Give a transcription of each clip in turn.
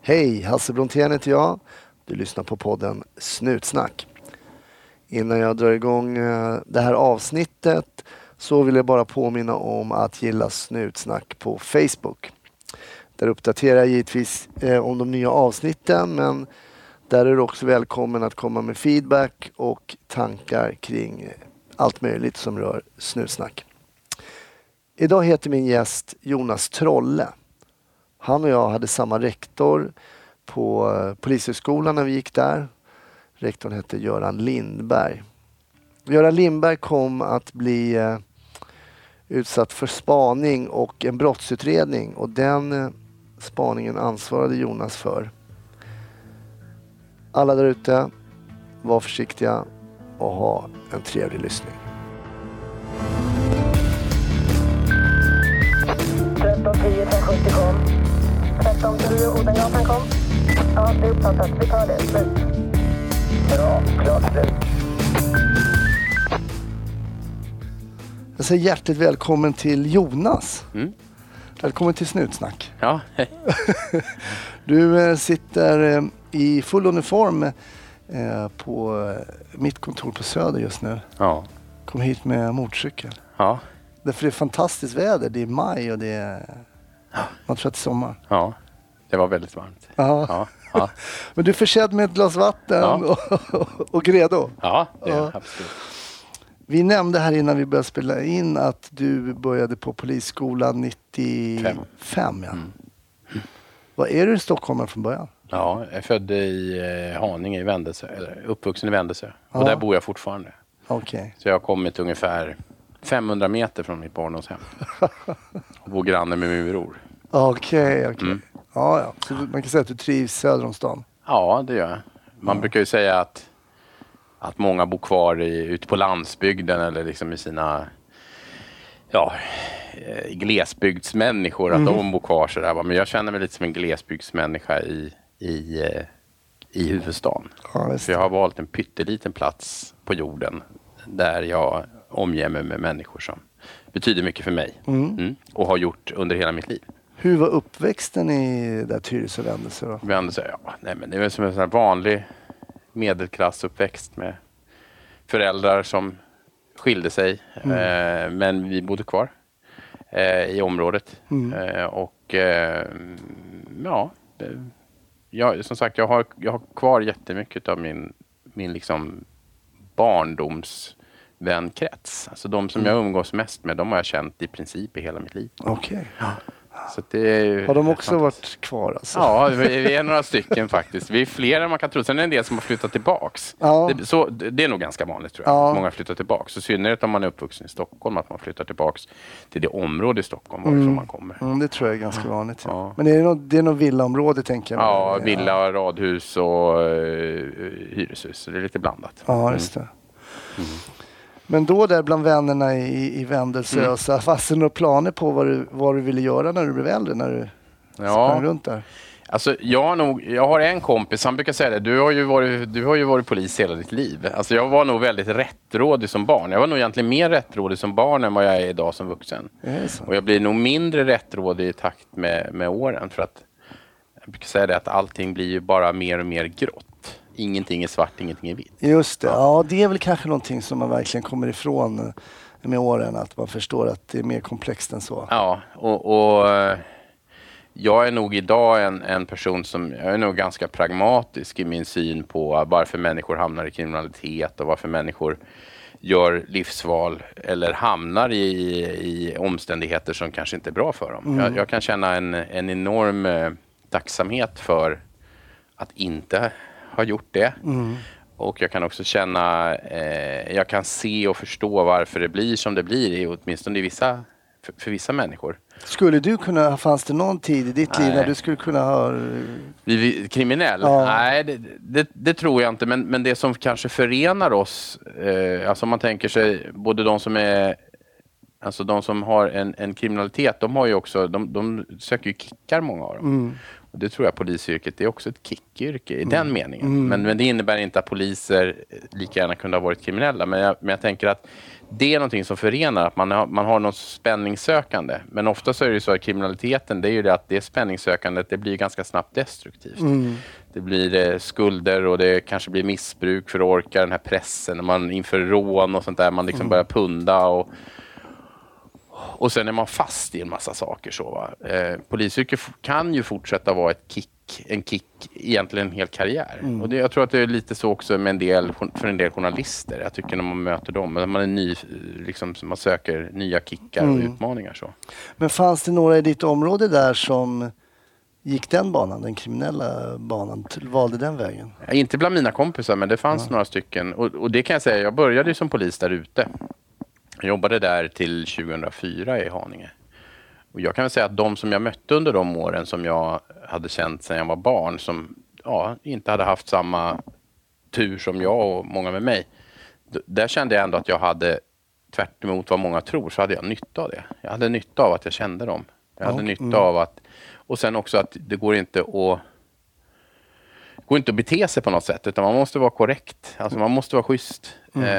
Hej, Hasse Brontén heter jag. Du lyssnar på podden Snutsnack. Innan jag drar igång det här avsnittet så vill jag bara påminna om att gilla Snutsnack på Facebook. Där uppdaterar jag givetvis om de nya avsnitten, men där är du också välkommen att komma med feedback och tankar kring allt möjligt som rör Snutsnack. Idag heter min gäst Jonas Trolle. Han och jag hade samma rektor på Polishögskolan när vi gick där. Rektorn hette Göran Lindberg. Göran Lindberg kom att bli utsatt för spaning och en brottsutredning, och den spaningen ansvarade Jonas för. Alla där ute, var försiktiga och ha en trevlig lyssning. 1310 570 kom. 1310 Odengatan kom. Ja, det är uppfattat. Vi tar det. Slut. Bra, klart slut. Jag säger hjärtligt välkommen till Jonas. Mm. Välkommen till Snutsnack. Ja, hej. Du sitter i full uniform på mitt kontor på Söder just nu. Ja. Kom hit med motorcykel. Ja. Därför det är fantastiskt väder. Det är maj och det är... Man tror att det är sommar. Ja. Det var väldigt varmt. Ja. Ja. Ja. Men du är försedd med ett glas vatten och redo. Ja, det är Ja. absolut. Vi nämnde här innan vi började spela in att du började på polisskolan 95. Ja. Vad är du i Stockholm från början? Ja, jag är född i Haninge i Vändelsö, eller uppvuxen i Vändelsö. Ja. Och där bor jag fortfarande. Okej. Så jag har kommit ungefär 500 meter från mitt barndomshem. Och bor granne med min bror. Okej. Mm. Ja. Så man kan säga att du trivs söder om stan. Ja, det gör jag. Man brukar ju säga att många bor kvar ute på landsbygden eller liksom i sina glesbygdsmänniskor, att de bor kvar sådär. Men jag känner mig lite som en glesbygdsmänniska i huvudstaden. Ja, Så jag har valt en pytteliten plats på jorden där jag omger mig med människor som betyder mycket för mig. Och har gjort under hela mitt liv. Hur var uppväxten i där Tyresö och Vändelsö då? Vändelsö, men det är väl som en sån här vanlig medelklassuppväxt med föräldrar som skilde sig. Men vi bodde kvar i området. Som sagt, jag har kvar jättemycket av min liksom barndomsvänkrets. Alltså de som jag umgås mest med, de har jag känt i princip i hela mitt liv. Okej. Så det är ju Har de också varit kvar alltså? Ja, vi är några stycken faktiskt. Vi är fler än man kan tro. Sen är det en del som har flyttat tillbaks. Ja. Det är nog ganska vanligt tror jag. Ja. Många flyttar tillbaks. Så synnerhet om man är uppvuxen i Stockholm, att man flyttar tillbaks till det område i Stockholm varifrån man kommer. Det tror jag är ganska vanligt. Ja. Ja. Men det är nog villaområde tänker jag. Ja, villa, radhus och hyreshus. Så det är lite blandat. Ja, just det. Men då där bland vännerna i Vändelsö, så fanns det några planer på vad du ville göra när du blev äldre, när du sprang runt där? Alltså jag har en kompis, han brukar säga det, du har ju varit polis hela ditt liv. Alltså jag var nog väldigt rättrådig som barn. Jag var nog egentligen mer rättrådig som barn än vad jag är idag som vuxen. Och jag blir nog mindre rättrådig i takt med åren, för att jag brukar säga det att allting blir ju bara mer och mer grått. Ingenting är svart, ingenting är vitt. Just det, ja det är väl kanske någonting som man verkligen kommer ifrån med åren, att man förstår att det är mer komplext än så. Ja, och jag är nog idag en person som, jag är nog ganska pragmatisk i min syn på varför människor hamnar i kriminalitet och varför människor gör livsval eller hamnar i omständigheter som kanske inte är bra för dem. Jag kan känna en enorm tacksamhet för att inte ha gjort det. Och jag kan också känna, jag kan se och förstå varför det blir som det blir, åtminstone för vissa människor. Skulle du kunna, fanns det någon tid i ditt liv när du skulle kunna ha... Bli kriminell? Ja. Nej, det tror jag inte. Men det som kanske förenar oss, alltså om man tänker sig både de som är, alltså de som har en kriminalitet, de har ju också, de söker ju kickar, många av dem. Och det tror jag polisyrket är också ett kickyrke i den meningen. Men det innebär inte att poliser lika gärna kunde ha varit kriminella. Men jag tänker att det är någonting som förenar, att man har något spänningssökande. Men ofta så är det så att kriminaliteten, det är ju det att det spänningssökandet, det blir ganska snabbt destruktivt. Det blir skulder och det kanske blir missbruk för att orka den här pressen. När man inför rån och sånt där, man liksom börjar punda och sen är man fast i en massa saker. Så, va? Polisyrket kan ju fortsätta vara en kick, egentligen en hel karriär. Och jag tror att det är lite så också med för en del journalister. Jag tycker när man möter dem, när man är ny, liksom, man söker nya kickar och utmaningar. Så. Men fanns det några i ditt område där som gick den banan, den kriminella banan, valde den vägen? Ja, inte bland mina kompisar, men det fanns några stycken. Och det kan jag säga, jag började ju som polis där ute. Jag jobbade där till 2004 i Haninge. Och jag kan väl säga att de som jag mötte under de åren som jag hade känt sedan jag var barn, som inte hade haft samma tur som jag och många med mig. Där kände jag ändå att jag hade, tvärt emot vad många tror, så hade jag nytta av det. Jag hade nytta av att jag kände dem. Jag hade nytta av att, och sen också att det går inte att bete sig på något sätt, utan man måste vara korrekt. Alltså man måste vara schysst.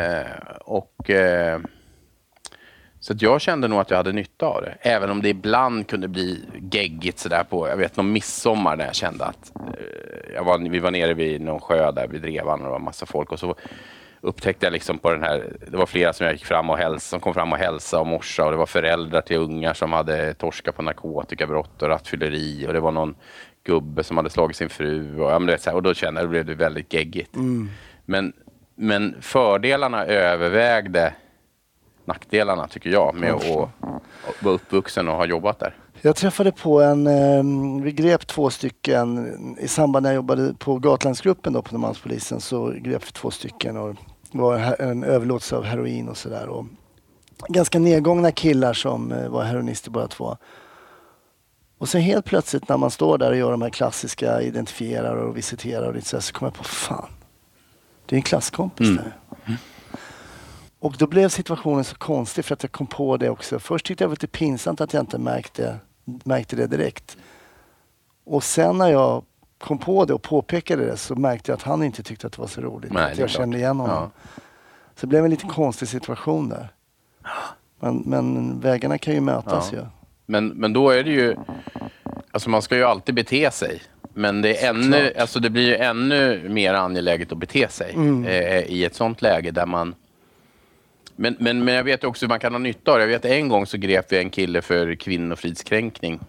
Så att jag kände nog att jag hade nytta av det. Även om det ibland kunde bli geggigt sådär på, jag vet, någon midsommar när jag kände att vi var nere vid någon sjö där vid Drevan och det var massa folk. Och så upptäckte jag liksom på den här, det var flera som jag gick fram och som kom fram och hälsa och morsa. Och det var föräldrar till ungar som hade torskat på narkotikabrott och rattfylleri. Och det var någon gubbe som hade slagit sin fru. Och då kände jag att det blev väldigt geggigt. Men fördelarna övervägde nackdelarna, tycker jag, med att vara uppvuxen och ha jobbat där. Jag träffade på vi grep 2 stycken i samband när jag jobbade på Gatlandsgruppen då, på Norrmalmspolisen, så grep vi 2 stycken och det var en överlåtelse av heroin och sådär. Och ganska nedgångna killar som var heroinister båda 2. Och sen helt plötsligt när man står där och gör de här klassiska identifierar och visiterar och lite så kommer jag på, fan, det är en klasskompis där. Och då blev situationen så konstig för att jag kom på det också. Först tyckte jag det var lite pinsamt att jag inte märkte det direkt. Och sen när jag kom på det och påpekade det så märkte jag att han inte tyckte att det var så roligt. Nej, att jag kände igen honom. Så det blev en lite konstig situation där. Men vägarna kan ju mötas ju. Men då är det ju, alltså man ska ju alltid bete sig. Men det är det blir ju ännu mer angeläget att bete sig i ett sånt läge där man. Men jag vet också hur man kan ha nytta av det. Jag vet en gång så grep vi en kille för kvinnofridskränkning.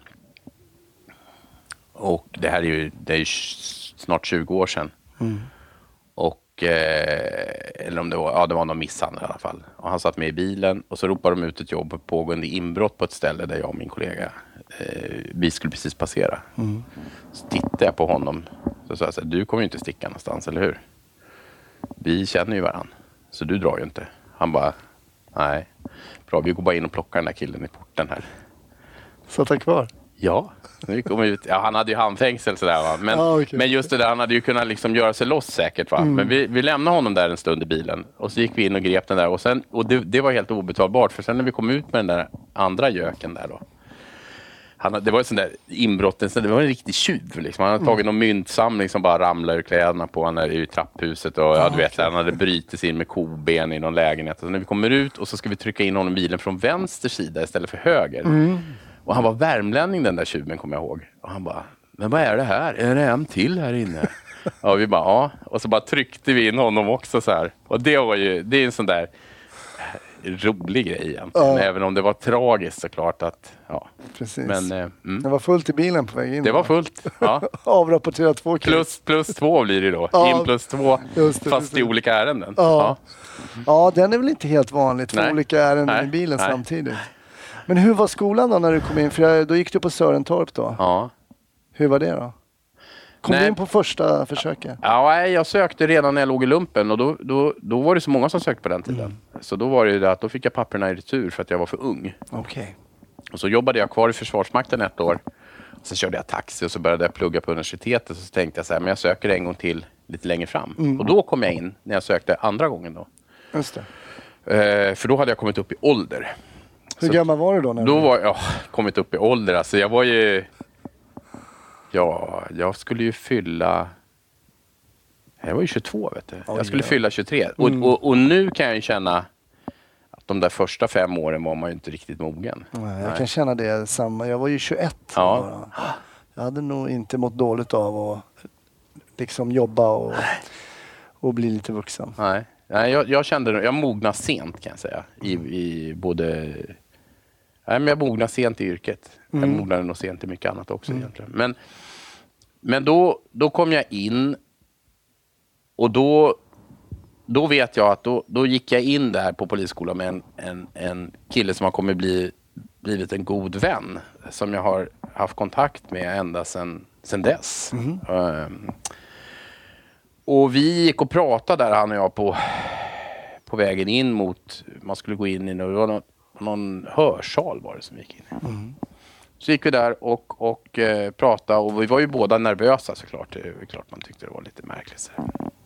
Och det är ju snart 20 år sedan. Och eller om det var någon misshandel i alla fall. Och han satt med i bilen och så ropade de ut ett jobb på pågående inbrott på ett ställe där jag och min kollega vi skulle precis passera. Så tittade jag på honom så sa jag så här, du kommer ju inte sticka någonstans, eller hur? Vi känner ju varann, så du drar ju inte. Han bara, nej. Bra, vi går bara in och plockar den där killen i porten här. Satt han kvar? Ja. Vi kom ut. Ja, han hade ju handfängsel sådär, va. Men just det där, han hade ju kunnat liksom göra sig loss säkert, va. Men vi lämnade honom där en stund i bilen. Och så gick vi in och grep den där. Och det var helt obetalbart. För sen när vi kom ut med den där andra göken där då. Det var en sån där inbrott, det var en riktig tjuv liksom. Han hade tagit någon myntsamling som bara ramlade ur kläderna på han i trapphuset och du vet, han hade brutit sig in med koben i någon lägenhet. Så när vi kommer ut och så ska vi trycka in honom i bilen från vänster sida istället för höger. Och han var värmlänning, den där tjuven, kommer jag ihåg. Och han bara, men vad är det här? Är det en till här inne? Ja, vi bara, ja. Och så bara tryckte vi in honom också så här. Och det är en sån där rolig grej egentligen. Även om det var tragiskt såklart att, ja. Precis. Men, det var fullt i bilen på väg in. Det var fullt, ja. Avrapporterat 2 plus 2 blir det då. In plus 2, fast i olika ärenden. Ja, den är väl inte helt vanligt för olika ärenden i bilen samtidigt. Men hur var skolan då när du kom in? För då gick du på Sörentorp då. Ja. Hur var det då? Kom du in på första försöket? Ja, jag sökte redan när jag låg i lumpen. Och då var det så många som sökte på den tiden. Så då var det ju det att då fick jag papperna i retur för att jag var för ung. Okej. Och så jobbade jag kvar i Försvarsmakten 1 år. Så körde jag taxi och så började jag plugga på universitetet. Och så tänkte jag så här, men jag söker en gång till lite längre fram. Och då kom jag in när jag sökte andra gången då. Just det. För då hade jag kommit upp i ålder. Hur gammal var du då? Då var jag kommit upp i ålder. Alltså jag var ju Ja, jag skulle ju fylla... Jag var ju 22, vet du. Jag skulle fylla 23. Och nu kan jag ju känna att de där första 5 åren var man ju inte riktigt mogen. Nej, jag kan känna det samma. Jag var ju 21. Ja. Jag hade nog inte mått dåligt av att liksom jobba och bli lite vuxen. Nej, jag kände jag mognade sent, kan jag säga. I både... Nej, men jag mognade sent i yrket. Jag mognade nog sent i mycket annat också egentligen. Men då kom jag in. Och då vet jag att då gick jag in där på polisskolan med en kille som har kommit blivit en god vän. Som jag har haft kontakt med ända sedan dess. Och vi gick och pratade där, han och jag, på vägen in mot... Man skulle gå in i... Det var någon hörsal var det som vi gick in i. Så gick vi där och pratade. Och vi var ju båda nervösa, såklart. Det är klart man tyckte det var lite märkligt. Så.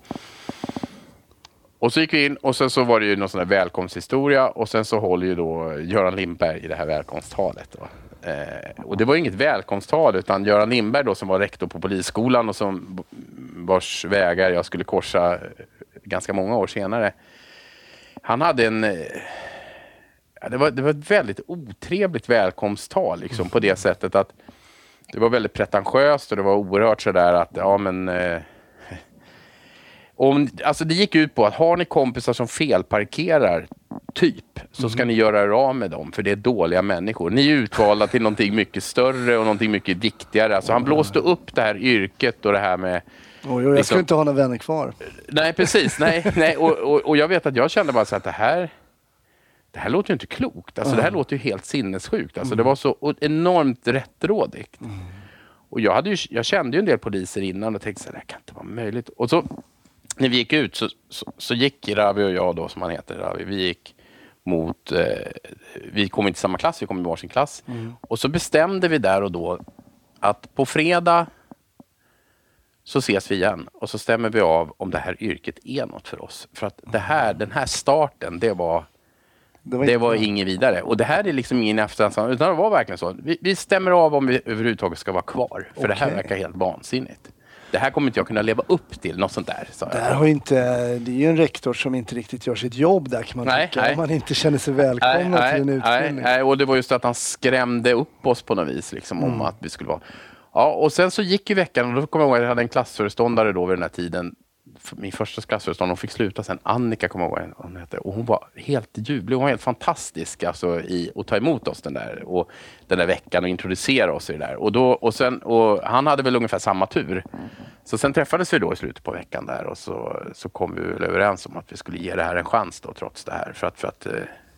Och så gick vi in och sen så var det ju någon sån där välkomsthistoria. Och sen så håller ju då Göran Lindberg i det här välkomsttalet då. Och det var inget välkomsttal, utan Göran Lindberg då, som var rektor på polisskolan och vars vägar jag skulle korsa ganska många år senare. Han hade det var ett väldigt otrevligt välkomsttal liksom, på det sättet att det var väldigt pretentiöst och det var oerhört sådär att alltså det gick ut på att har ni kompisar som felparkerar så ska ni göra er av med dem, för det är dåliga människor. Ni är utvalda till någonting mycket större och någonting mycket viktigare. Alltså han blåste upp det här yrket och det här med... jag skulle inte ha några vänner kvar. Nej, precis. Nej. Och jag vet att jag kände bara så att det här låter ju inte klokt. Alltså det här låter ju helt sinnessjukt. Alltså det var så enormt rättrådigt. Och jag kände ju en del poliser innan och tänkte så här, det kan inte vara möjligt. Och så när vi gick ut så gick Ravi och jag då, som han heter, Ravi, vi gick mot... vi kom inte i samma klass, vi kom i varsin klass. Och så bestämde vi där och då att på fredag så ses vi igen. Och så stämmer vi av om det här yrket är något för oss. För att den här starten, det var inget vidare. Och det här är liksom ingen efterhand, utan det var verkligen så. Vi stämmer av om vi överhuvudtaget ska vara kvar. För det här verkar helt vansinnigt. Det här kommer inte jag kunna leva upp till, något sånt där. Så det är ju en rektor som inte riktigt gör sitt jobb där, kan man tycka. Om man inte känner sig välkomna till en utbildning. Nej, och det var just att han skrämde upp oss på något vis liksom, om att vi skulle vara... Ja, och sen så gick i veckan, och då kommer jag ihåg att jag hade en klassföreståndare då vid den här tiden. Min första klassföreståndare, hon fick sluta sen. Annika kommer jag ihåg vad hon hette. Och hon var helt ljuvlig, hon var helt fantastisk alltså, i att ta emot oss den där veckan och introducera oss i det där. Och han hade väl ungefär samma tur. Så sen träffades vi då i slutet på veckan där och så kom vi väl överens om att vi skulle ge det här en chans då, trots det här. För att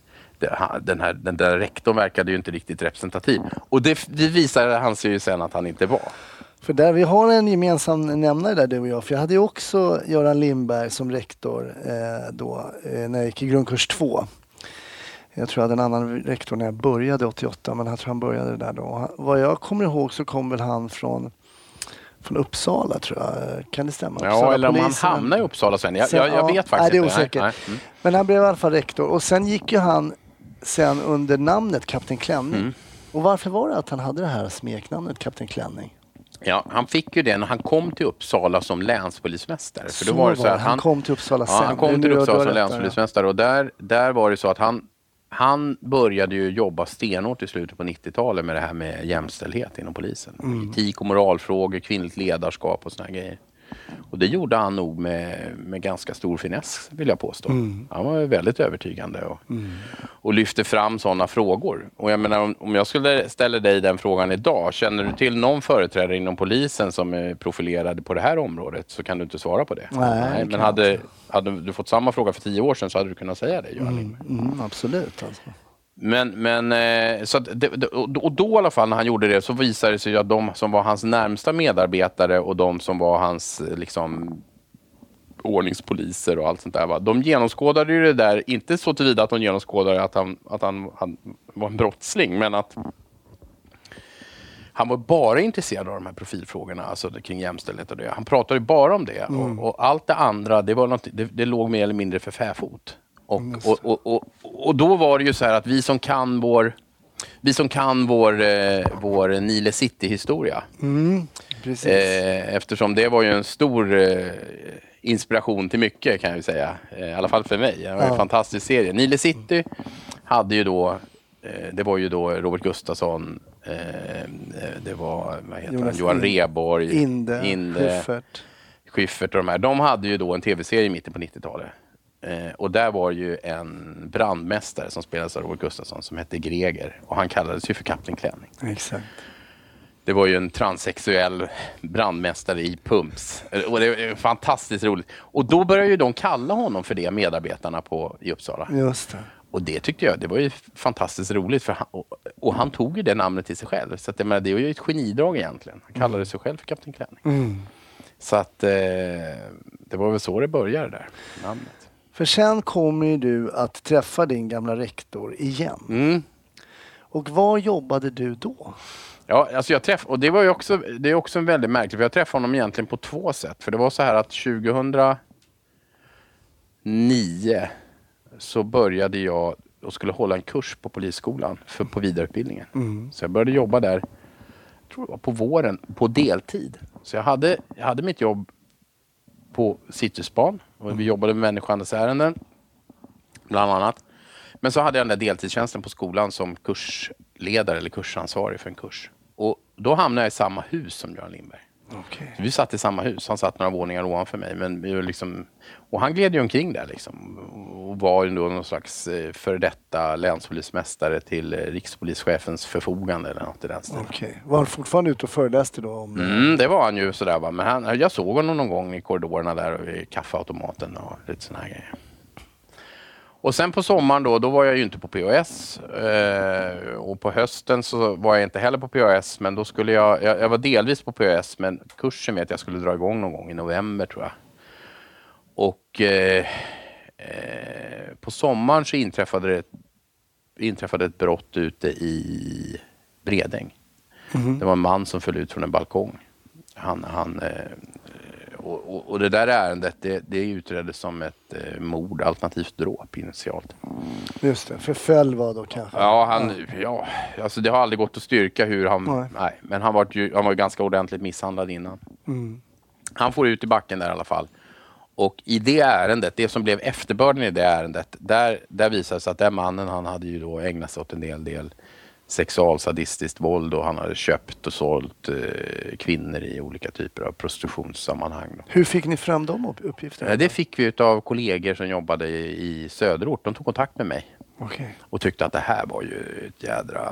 den där rektorn verkade ju inte riktigt representativ. Och det visade han sig ju sen att han inte var. För där vi har en gemensam nämnare där, du och jag. För jag hade ju också Göran Lindberg som rektor när jag gick i grundkurs 2. Jag tror jag hade en annan rektor när jag började 88, men jag tror han började där då. Vad jag kommer ihåg så kom väl han från Uppsala, tror jag. Kan det stämma? Ja, Uppsala eller om polisen. Han hamnade i Uppsala sen. Jag vet faktiskt det är osäkert. Nej. Men han blev i alla fall rektor. Och sen gick ju han sen under namnet Kapten Klänning. Och varför var det att han hade det här smeknamnet Kapten Klänning? Ja, han fick ju det när han kom till Uppsala som länspolismästare. För då var det så att han kom till Uppsala sen. Ja, han kom till Uppsala som länspolismästare. Och där var det så att han började ju jobba stenhårt i slutet på 90-talet med det här med jämställdhet inom polisen. Etik och moralfrågor, kvinnligt ledarskap och såna här grejer. Och det gjorde han nog med ganska stor finess, vill jag påstå. Han var väldigt övertygande och lyfte fram sådana frågor. Och jag menar, om jag skulle ställa dig den frågan idag, känner du till någon företrädare inom polisen som är profilerad på det här området, så kan du inte svara på det. Nej, men hade du fått samma fråga för 10 år sedan så hade du kunnat säga det, Göran Lindberg. Absolut, alltså. Men så att och då i alla fall när han gjorde det så visade det sig att de som var hans närmsta medarbetare och de som var hans liksom ordningspoliser och allt sånt där, de genomskådade ju det där, inte så tillvida att de genomskådade att han var en brottsling, men att han var bara intresserad av de här profilfrågorna, alltså kring jämställdhet och det. Han pratade ju bara om det och allt det andra, det var något, det låg mer eller mindre för fäfot. Och då var det ju så här att vi som kan vi som kan vår Nile City-historia. Precis. Eftersom det var ju en stor inspiration till mycket, kan jag säga. I alla fall för mig. Det var en fantastisk serie. Nile City hade ju då, det var ju då Robert Gustafsson, det var Johan Rheborg, Inde Schyffert och de här. De hade ju då en tv-serie i mitten på 90-talet. Och där var ju en brandmästare som spelades av Robert Gustafsson som hette Greger. Och han kallades ju för Kapten Klänning. Exakt. Det var ju en transsexuell brandmästare i Pumps. Och det är fantastiskt roligt. Och då började ju de kalla honom för det, medarbetarna i Uppsala. Just det. Och det tyckte jag, det var ju fantastiskt roligt. För och han tog ju det namnet till sig själv. Så att, det var ju ett genidrag egentligen. Han kallade sig själv för Kapten Klänning. Så att det var väl så det började där, namnet. För sen kommer ju du att träffa din gamla rektor igen. Och var jobbade du då? Ja, alltså jag träffade, och det är också en väldigt märkligt, för jag träffade honom egentligen på 2 sätt. För det var så här att 2009 så började jag och skulle hålla en kurs på polisskolan på vidareutbildningen. Så jag började jobba där, jag tror det var på våren, på deltid. Så jag hade mitt jobb på Cityspan och vi jobbade med människohandelsärenden bland annat. Men så hade jag den där deltidstjänsten på skolan som kursledare eller kursansvarig för en kurs. Och då hamnade jag i samma hus som Göran Lindberg. Okay. Så vi satt i samma hus. Han satt några våningar ovanför mig. Men vi var liksom, och han gled ju omkring där liksom. Och var ju då någon slags före detta länspolismästare till rikspolischefens förfogande eller något i den stilen. Okay. Var han fortfarande ute och föreläste då? Om... det var han ju sådär va. Men jag såg honom någon gång i korridorerna där och i kaffeautomaten och lite såna här grejer. Och sen på sommaren då var jag ju inte på POS. Och på hösten så var jag inte heller på POS. Men då skulle jag var delvis på POS. Men kursen med att jag skulle dra igång någon gång i november tror jag. Och på sommaren så inträffade ett brott ute i Bredäng. Det var en man som föll ut från en balkong. Och det där ärendet, det utreddes som ett mord, alternativt dråp initialt. Just det, förföll var då kanske? Ja, alltså det har aldrig gått att styrka hur han... Nej, men han var ju ganska ordentligt misshandlad innan. Han får ut i backen där i alla fall. Och i det ärendet, det som blev efterbörden i det ärendet, där visade sig att den mannen, han hade ju då ägnat sig åt en del sexualsadistiskt våld och han hade köpt och sålt kvinnor i olika typer av prostitutionssammanhang. Hur fick ni fram de uppgifterna? Det fick vi av kollegor som jobbade i söderort. De tog kontakt med mig och tyckte att det här var ju ett jädra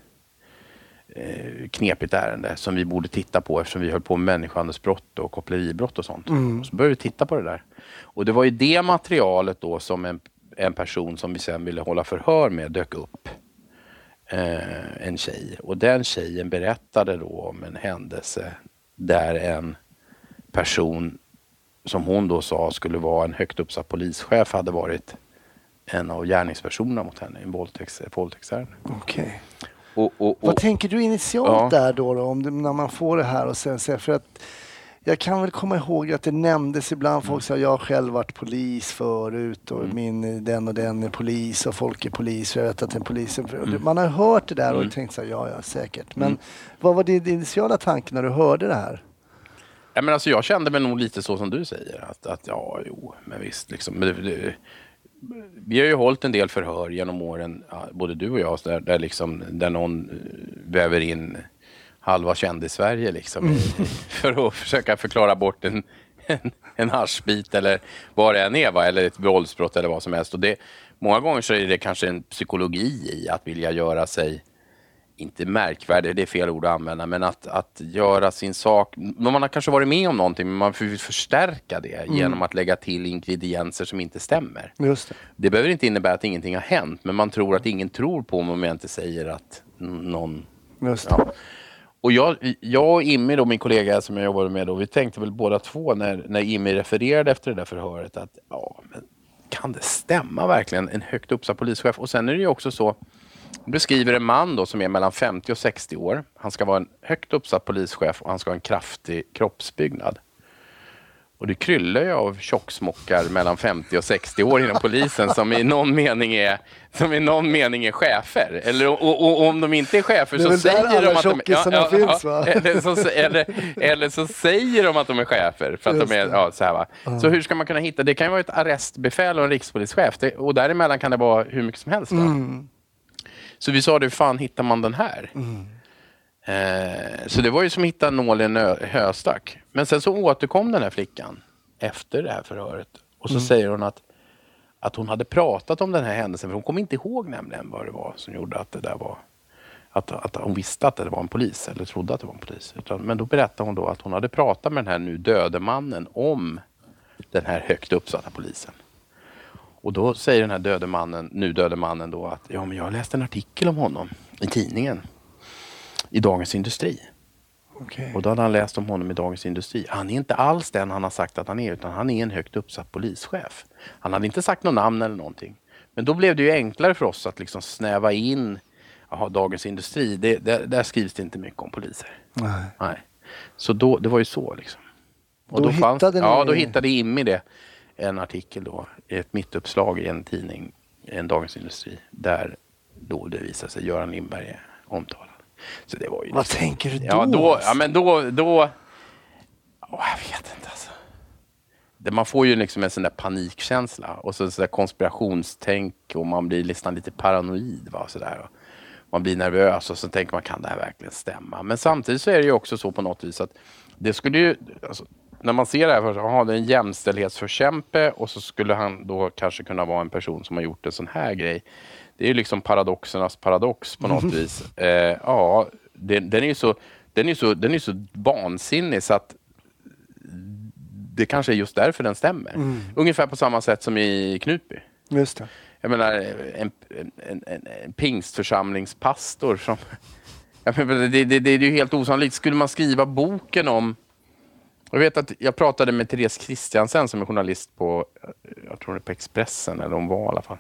knepigt ärende som vi borde titta på eftersom vi höll på med människohandelsbrott och koppleribrott och sånt. Så började vi titta på det där. Och det var ju det materialet då som en person som vi sen ville hålla förhör med dök upp. En tjej. Och den tjejen berättade då om en händelse där en person som hon då sa skulle vara en högt uppsatt polischef hade varit en av gärningspersonerna mot henne i en våldtäktsärende. Okej. Och vad tänker du initialt där då om när man får det här och sen för att jag kan väl komma ihåg att det nämndes ibland, folk sa jag har själv varit polis förut och den och den är polis och folk är polis och jag vet att en polis man har hört det där och tänkt så här, ja säkert. Men vad var din initiala tanke när du hörde det här? Ja, men alltså jag kände mig nog lite så som du säger att men visst liksom, vi har ju hållit en del förhör genom åren, både du och jag där någon väver in halva kändis-Sverige liksom, för att försöka förklara bort en haschbit eller vad det än är, va? Eller ett våldsbrott eller vad som helst. Och många gånger så är det kanske en psykologi i att vilja göra sig, inte märkvärdig, det är fel ord att använda, men att göra sin sak. Man har kanske varit med om någonting, men man får förstärka det genom att lägga till ingredienser som inte stämmer. Just det. Det behöver inte innebära att ingenting har hänt, men man tror att ingen tror på om jag inte säger att någon... Just det. Ja. Och jag och Immi då, min kollega som jag jobbade med då, vi tänkte väl båda två när Immi refererade efter det där förhöret att men kan det stämma verkligen, en högt uppsatt polischef? Och sen är det ju också så, beskriver en man då som är mellan 50 och 60 år. Han ska vara en högt uppsatt polischef och han ska ha en kraftig kroppsbyggnad. Och det kryllar ju av tjocksmockar mellan 50 och 60 år inom polisen som i någon mening är chefer. Eller och om de inte är chefer så säger de att eller så säger de att de är chefer för att de är så här, va. Så hur ska man kunna hitta? Det kan ju vara ett arrestbefäl och en rikspolischef och däremellan kan det vara hur mycket som helst. Så vi sa, hur fan hittar man den här? Så det var ju som att hitta nål i en höstack. Men sen så återkom den här flickan efter det här förhöret. Och så säger hon att hon hade pratat om den här händelsen. För hon kom inte ihåg nämligen vad det var som gjorde att det där var... Att hon visste att det var en polis. Eller trodde att det var en polis. Men då berättade hon då att hon hade pratat med den här nu döde mannen om den här högt uppsatta polisen. Och då säger den här nu döde mannen då att men jag läste en artikel om honom i tidningen. I Dagens Industri. Okay. Och då hade han läst om honom i Dagens Industri. Han är inte alls den han har sagt att han är, utan han är en högt uppsatt polischef. Han hade inte sagt något namn eller någonting. Men då blev det ju enklare för oss att liksom snäva in Dagens Industri. Där skrivs det inte mycket om poliser. Nej. Så det var ju så liksom. Och då hittade Immi det. En artikel då, ett mittuppslag i en tidning, en Dagens Industri, där då det visade sig Göran Lindberg omtalad. Så det var ju vad tänker du då? Jag vet inte alltså. Man får ju liksom en sån där panikkänsla och så där konspirationstänk och man blir nästan lite paranoid, va, så där. Man blir nervös och så tänker man, kan det här verkligen stämma? Men samtidigt så är det ju också så på något vis att det skulle ju, alltså, när man ser det här först, det är en jämställdhetsförkämpe och så skulle han då kanske kunna vara en person som har gjort en sån här grej. Det är ju liksom paradoxernas paradox på något vis. Den är ju så vansinnig så att det kanske är just därför den stämmer. Ungefär på samma sätt som i Knutby. Just det. Jag menar, en pingstförsamlingspastor som... det är ju helt osannolikt. Skulle man skriva boken om... Jag vet att jag pratade med Therese Christiansen som är journalist på, jag tror det är på Expressen, eller hon var i alla fall.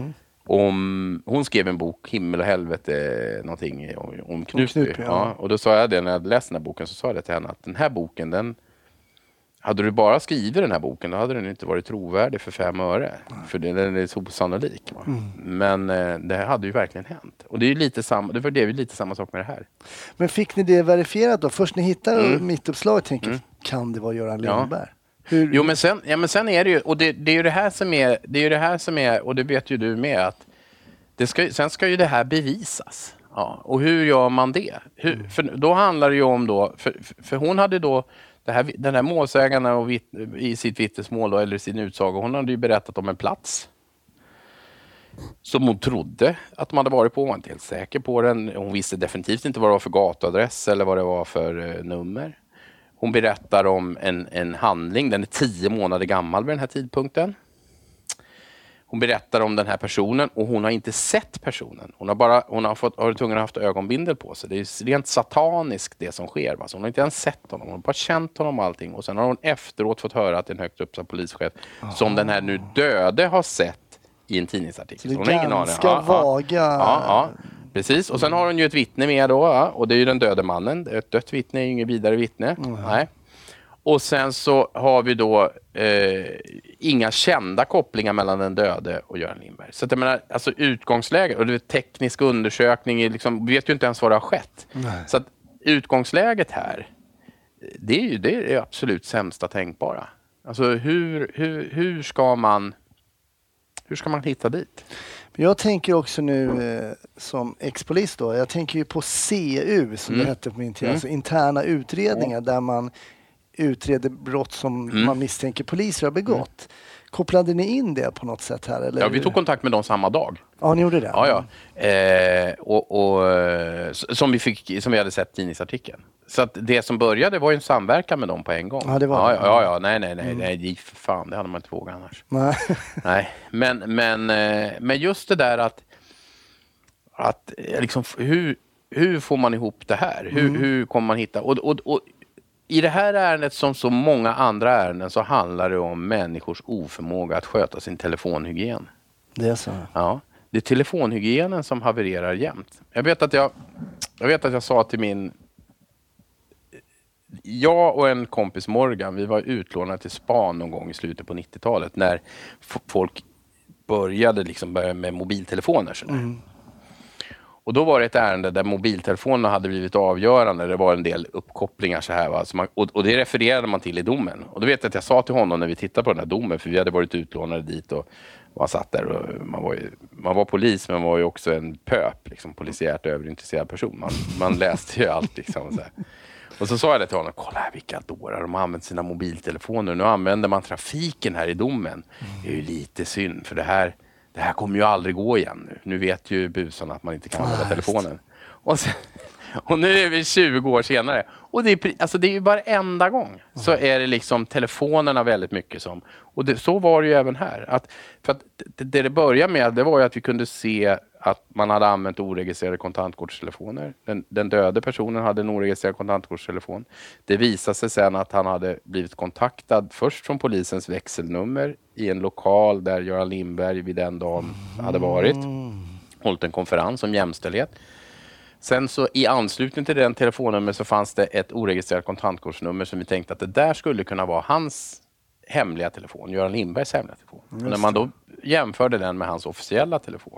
Hon skrev en bok, Himmel och helvete, någonting om Knutby. Och då sa jag det, när jag läste den här boken, så sa jag det till henne att den här boken, hade du bara skrivit den här boken, då hade den inte varit trovärdig för 5 öre. För den är så osannolik. Men det här hade ju verkligen hänt. Och det är ju lite samma sak med det här. Men fick ni det verifierat då? Först ni hittade mittuppslaget, tänker kan det vara Göran Lindberg? Jo, men sen är det ju, och det är ju det här som är, och det vet ju du med, att sen ska ju det här bevisas. Ja, och hur gör man det? För då handlar det ju om då, för hon hade då, den här målsägarna i sitt vittnesmål då, eller sin utsaga, hon hade ju berättat om en plats som hon trodde att de hade varit på. Hon var inte helt säker på den. Hon visste definitivt inte vad det var för gatuadress eller vad det var för nummer. Hon berättar om en handling. Den är 10 månader gammal vid den här tidpunkten. Hon berättar om den här personen och hon har inte sett personen. Hon har varit tvungen att ha haft ögonbindel på sig. Det är rent sataniskt det som sker. Va? Så hon har inte ens sett honom. Hon har bara känt honom och allting. Och sen har hon efteråt fått höra att en högt uppsatt polischef som den här nu döde har sett i en tidningsartikel. Så det är ganska vaga... Ja, precis. Och sen har hon ju ett vittne med då. Ja? Och det är ju den döde mannen. Ett dött vittne är ju inget vidare vittne. Nej. Och sen så har vi då inga kända kopplingar mellan den döde och Göran Lindberg. Så att jag menar, alltså utgångsläget, och det är teknisk undersökning, liksom, vet ju inte ens vad det har skett. Nej. Så att utgångsläget här, det är det absolut sämsta tänkbara. Alltså hur ska man hitta dit? Jag tänker också nu som ex-polis då, jag tänker ju på CU som det hette på min tid, alltså interna utredningar där man utreder brott som man misstänker poliser har begått. Kopplade ni in det på något sätt här? Eller? Ja, vi tog kontakt med dem samma dag. Ja, ni gjorde det? Ja. Som vi hade sett tidningsartikeln. Så att det som började var ju en samverkan med dem på en gång. Ja, det var det. Nej, för fan, det hade man inte vågat annars. Nej. Men just det där att liksom, hur får man ihop det här? Hur kommer man hitta... Och i det här ärendet som så många andra ärenden så handlar det om människors oförmåga att sköta sin telefonhygien. Det är så? Ja, det är telefonhygienen som havererar jämt. Jag vet att jag sa till min jag och en kompis Morgan, vi var utlånade till span någon gång i slutet på 90-talet när folk började med mobiltelefoner. Sådär. Och då var det ett ärende där mobiltelefonerna hade blivit avgörande. Det var en del uppkopplingar så här. Va? Så och det refererade man till i domen. Och då vet jag att jag sa till honom när vi tittade på den här domen, för vi hade varit utlånade dit och man satt där och man var polis, men man var ju också en pöp, liksom polisiärt överintresserad person. Man läste ju allt liksom. Så här. Och så sa jag det till honom, kolla här vilka dårar, de har använt sina mobiltelefoner. Nu använder man trafiken här i domen. Det är ju lite synd, för det här kommer ju aldrig gå igen nu. Nu vet ju busarna att man inte kan använda telefonen. Och nu är vi 20 år senare. Och det är ju bara enda gång. Så är det liksom telefonerna väldigt mycket som. Och så var det ju även här. För att det började med, det var ju att vi kunde se att man hade använt oregistrerade kontantkortstelefoner. Den döde personen hade en oregistrerad kontantkortstelefon. Det visade sig sen att han hade blivit kontaktad först från polisens växelnummer i en lokal där Göran Lindberg vid den dagen hade varit. Hållit en konferens om jämställdhet. Sen så i anslutning till den telefonnummer så fanns det ett oregistrerat kontantkortsnummer som vi tänkte att det där skulle kunna vara hans hemliga telefon, Göran Lindbergs hemliga telefon. Och när man då jämförde den med hans officiella telefon,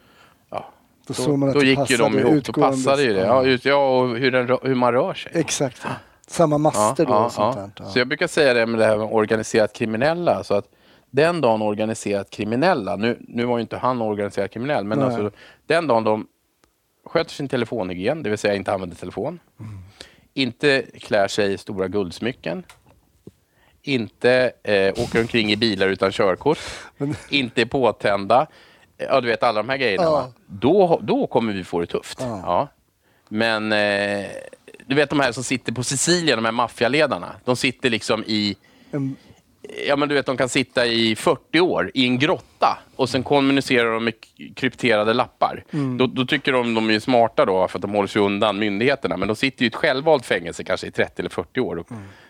då gick ju de ihop, då passade ju det. Och hur man rör sig. Exakt. Samma master då. Och sånt där. Så jag brukar säga det med det här med organiserat kriminella, så att den dagen organiserat kriminella, nu var ju inte han organiserat kriminell, men alltså, den dagen de sköter sin telefonhygien, det vill säga inte använder telefon, inte klär sig i stora guldsmycken, inte åker omkring i bilar utan körkort, inte är påtända, du vet alla de här grejerna, va? Då kommer vi få det tufft. Ja. Men du vet de här som sitter på Sicilien, de här maffialedarna, de sitter liksom i men du vet, de kan sitta i 40 år i en grotta och sen kommunicerar de med krypterade lappar. Då tycker de är smarta då, för att de håller sig undan myndigheterna, men de sitter ju i ett självvalt fängelse kanske i 30 eller 40 år.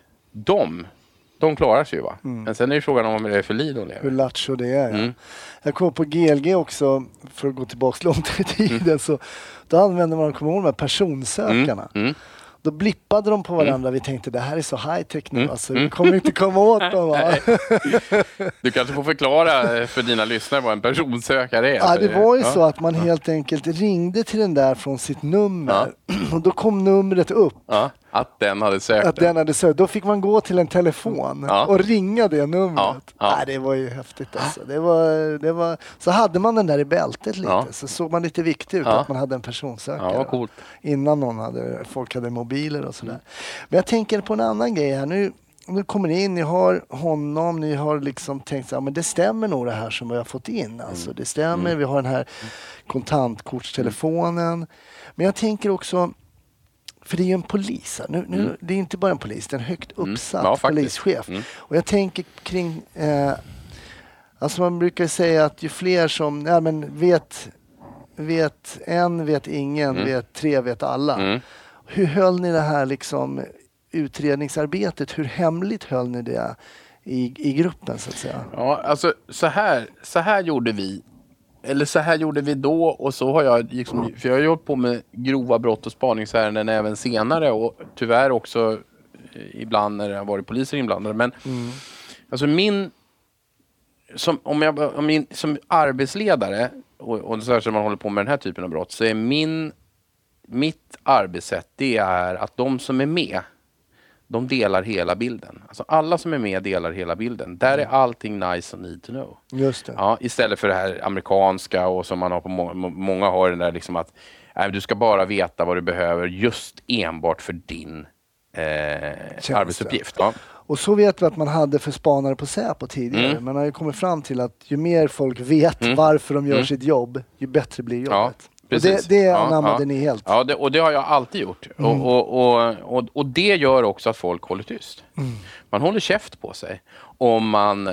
De klarar sig ju, va? Men sen är ju frågan om det är för liv de lever. Hur lattjo det är, Jag kom på GLG också, för att gå tillbaka långt i tiden, så då använde man, kommer ihåg, de här personsökarna. Då blippade de på varandra. Vi tänkte, det här är så high-tech nu. Alltså, vi kommer inte komma åt dem, va? Du kanske får förklara för dina lyssnare vad en personsökare är. Ja, det var ju så att man helt enkelt ringde till den där från sitt nummer. Och då kom numret upp. Att den hade sökt. Då fick man gå till en telefon och ringa det numret. Det var ju häftigt alltså. Det var, så hade man den där i bältet lite. Så såg man lite viktig ut att man hade en personsökare. Ja, coolt. Innan folk hade mobiler och sådär. Men jag tänker på en annan grej här. Nu kommer ni in, ni har honom, ni har liksom tänkt så här, men det stämmer nog det här som vi har fått in. Alltså, det stämmer, vi har den här kontantkortstelefonen. Men jag tänker också, för det är ju en polis här. Det är inte bara en polis, det är en högt uppsatt polischef. Och jag tänker kring, alltså man brukar säga att ju fler som vet en, vet ingen, vet tre, vet alla. Hur höll ni det här liksom utredningsarbetet, hur hemligt höll ni det i gruppen så att säga? Ja, alltså så här gjorde vi. Eller så här gjorde vi då, och så har jag liksom, för jag har gjort på med grova brott och spaningsärenden även senare, och tyvärr också ibland när det har varit poliser inblandade. Men alltså som arbetsledare, och så här som man håller på med den här typen av brott, så är mitt arbetssätt, det är att de som är med, de delar hela bilden. Alltså alla som är med delar hela bilden. Där är allting nice and need to know. Just det. Ja, istället för det här amerikanska, och som man har på många har den där liksom att du ska bara veta vad du behöver just enbart för din arbetsuppgift. Ja. Och så vet vi att man hade för spanare på Säpo tidigare. Man har ju kommit fram till att ju mer folk vet varför de gör sitt jobb, ju bättre blir jobbet. Ja. Precis. Det anammade ni helt. Ja, och det har jag alltid gjort. Och det gör också att folk håller tyst. Man håller käft på sig om man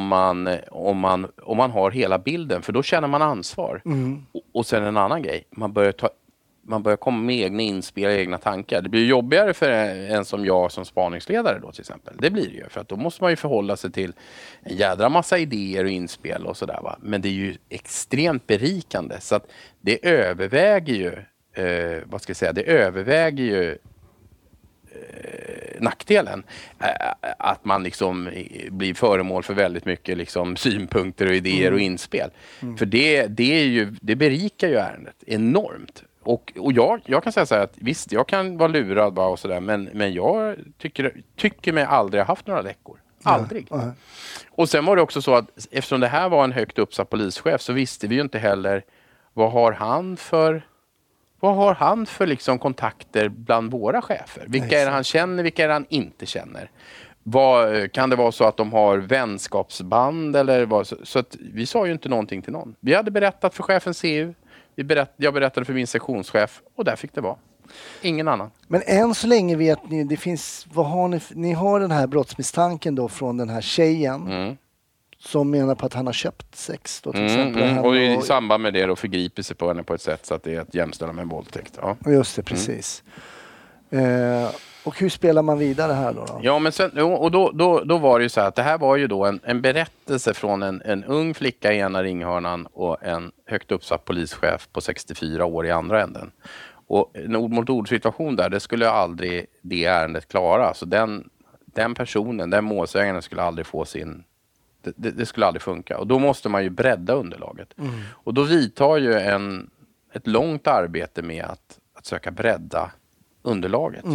har hela bilden, för då känner man ansvar. Och sen en annan grej, man börjar komma med egna inspel, egna tankar. Det blir jobbigare för en som jag som spaningsledare då till exempel. Det blir det ju, för att då måste man ju förhålla sig till en jädra massa idéer och inspel och sådär, va. Men det är ju extremt berikande, så att det överväger ju nackdelen. Att man liksom blir föremål för väldigt mycket liksom synpunkter och idéer och inspel. För det berikar ju ärendet enormt. Och jag kan säga så här att visst, jag kan vara lurad bara och sådär, men jag tycker mig aldrig ha haft några läckor. Aldrig. Och sen var det också så att eftersom det här var en högt uppsatt polischef så visste vi ju inte heller vad har han för liksom kontakter bland våra chefer? Vilka är det han känner, vilka är det han inte känner? Kan det vara så att de har vänskapsband eller vad? Så att vi sa ju inte någonting till någon. Vi hade berättat för chefen CU. Jag berättade för min sektionschef och där fick det vara. Ingen annan. Men än så länge vet ni, det finns, vad har ni har den här brottsmisstanken då från den här tjejen som menar på att han har köpt sex då till exempel. Och i samband med det då förgriper sig på henne på ett sätt så att det är att jämställa med en våldtäkt. Ja. Just det, precis. Och hur spelar man vidare här då? Ja, men sen, och då var det ju så här att det här var ju då en berättelse från en ung flicka i ena ringhörnan och en högt uppsatt polischef på 64 år i andra änden. Och en ord mot ord situation där, det skulle aldrig det ärendet klara. Så den personen, den målsägaren skulle aldrig få sin... Det skulle aldrig funka. Och då måste man ju bredda underlaget. Och då vidtar ju ett långt arbete med att söka bredda underlaget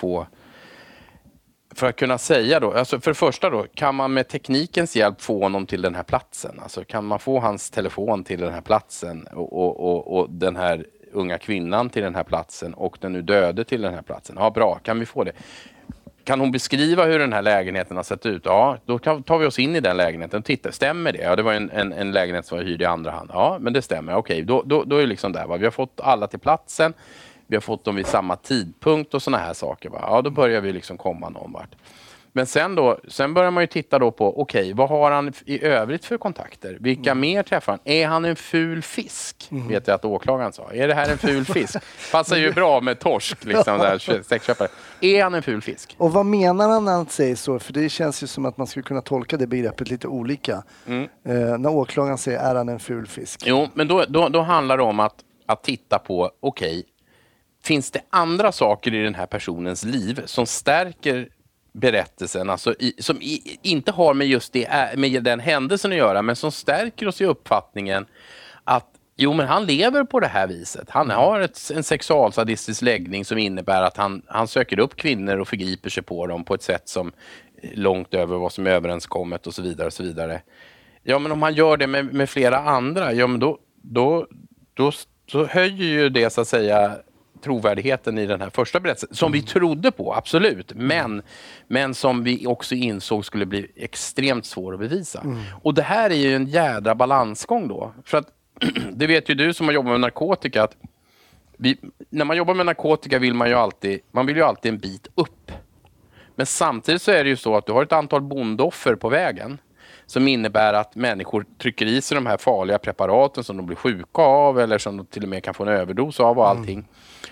för att kunna säga då, alltså för det första då, kan man med teknikens hjälp få honom till den här platsen? Alltså kan man få hans telefon till den här platsen och den här unga kvinnan till den här platsen och den nu döde till den här platsen? Ja, bra, kan vi få det? Kan hon beskriva hur den här lägenheten har sett ut? Ja, då tar vi oss in i den lägenheten och tittar. Stämmer det? Ja, det var en lägenhet som var hyrd i andra hand. Ja, men det stämmer. Okej, då är det liksom där. Va? Vi har fått alla till platsen. Vi har fått dem vid samma tidpunkt och såna här saker. Va? Ja, då börjar vi liksom komma någon vart. Men sen börjar man ju titta då på, okej, vad har han i övrigt för kontakter? Vilka mer träffar han? Är han en ful fisk? Vet jag att åklagaren sa. Är det här en ful fisk? Passar ju bra med torsk, liksom, där sexköpare. Är han en ful fisk? Och vad menar han när han säger så? För det känns ju som att man skulle kunna tolka det begreppet lite olika. När åklagaren säger, är han en ful fisk? Jo, men då handlar det om att titta på, okej, finns det andra saker i den här personens liv som stärker berättelsen, alltså som inte har med just med den händelsen att göra, men som stärker oss i uppfattningen att jo, men han lever på det här viset. Han har en sexualsadistisk läggning som innebär att han söker upp kvinnor och förgriper sig på dem på ett sätt som långt över vad som är överenskommet och så vidare och så vidare. Ja, men om han gör det med flera andra, ja, men då höjer ju det så att säga trovärdigheten i den här första berättelsen som vi trodde på, absolut, men som vi också insåg skulle bli extremt svår att bevisa. Och det här är ju en jädra balansgång då, för att det vet ju du som har jobbat med narkotika att när man jobbar med narkotika vill man vill ju alltid en bit upp. Men samtidigt så är det ju så att du har ett antal bondoffer på vägen som innebär att människor trycker i sig de här farliga preparaten som de blir sjuka av eller som de till och med kan få en överdos av och allting.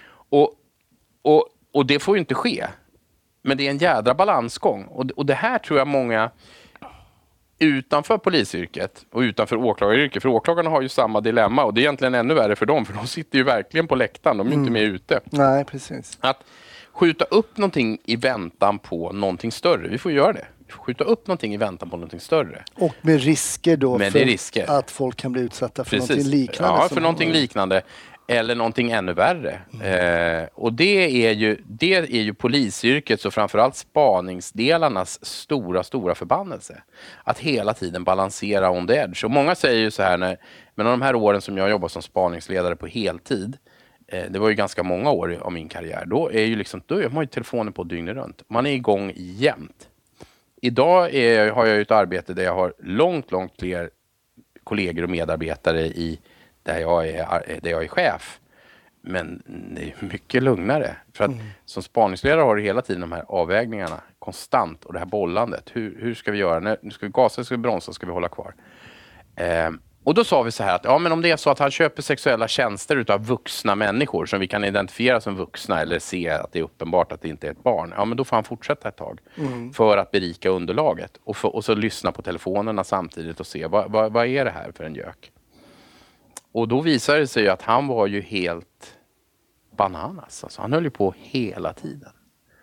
Och det får ju inte ske. Men det är en jädra balansgång. Och det här tror jag många utanför polisyrket och utanför åklagaryrket, för åklagarna har ju samma dilemma och det är egentligen ännu värre för dem, för de sitter ju verkligen på läktaren, de är inte med ute. Nej, precis. Att skjuta upp någonting i väntan på någonting större, vi får göra det. Skjuta upp någonting i väntan på någonting större. Och med risker då för att folk kan bli utsatta för någonting liknande. Ja, för någonting liknande. Eller någonting ännu värre. Och det är ju polisyrkets och framförallt spaningsdelarnas stora förbannelse. Att hela tiden balansera on the edge. Och många säger ju så här, men de här åren som jag jobbar som spaningsledare på heltid, det var ju ganska många år av min karriär, då har man ju telefonen på dygnet runt. Man är igång jämt. Idag har jag ju ett arbete där jag har långt fler kollegor och medarbetare där jag är chef. Men det är mycket lugnare. För att som spaningsledare har du hela tiden de här avvägningarna konstant och det här bollandet. Hur ska vi göra? Nu ska vi gasa, ska vi bromsa, ska vi hålla kvar? Och då sa vi så här att ja, men om det är så att han köper sexuella tjänster utav vuxna människor som vi kan identifiera som vuxna eller se att det är uppenbart att det inte är ett barn, ja, men då får han fortsätta ett tag för att berika underlaget och så lyssna på telefonerna samtidigt och se vad är det här för en gök. Och då visade det sig ju att han var ju helt bananas. Alltså, han höll ju på hela tiden.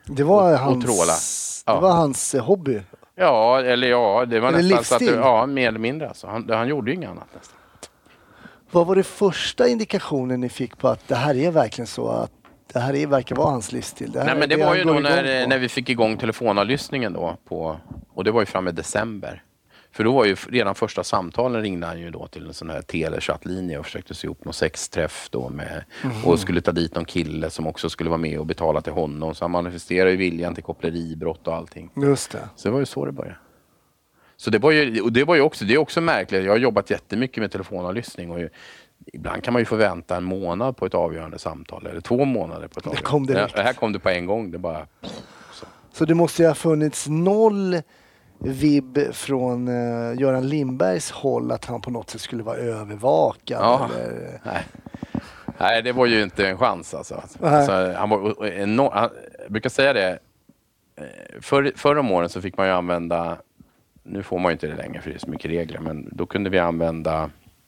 Det var och tråla. Det var hans hobby. Ja, det var eller nästan så att livsstil. mer eller mindre. Alltså. Han gjorde ju inget annat nästan. Vad var det första indikationen ni fick på att det här är verkligen så att det här verkar vara hans livsstil? Nej, men det var ju han då går igång på. när vi fick igång telefonavlyssningen då och det var ju fram i december. För då var ju redan första samtalen ringde han ju då till en sån här telechattlinje och försökte se upp någon sexträff då med och skulle ta dit någon kille som också skulle vara med och betala till honom. Så han manifesterade ju viljan till koppleribrott och allting. Just det. Så det var ju så det började. Så det är också märkligt. Jag har jobbat jättemycket med telefonavlyssning och ibland kan man ju få vänta en månad på ett avgörande samtal eller 2 månader på ett avgörande. Kom direkt. Det här kom det på en gång. Det bara Så det måste ju ha funnits noll vibb från Göran Lindbergs håll att han på något sätt skulle vara övervakad. Ja. Eller... Nej, det var ju inte en chans alltså. Han var jag brukar säga det. Förr om åren så fick man ju använda, nu får man ju inte det längre för det är så mycket regler, men då kunde vi använda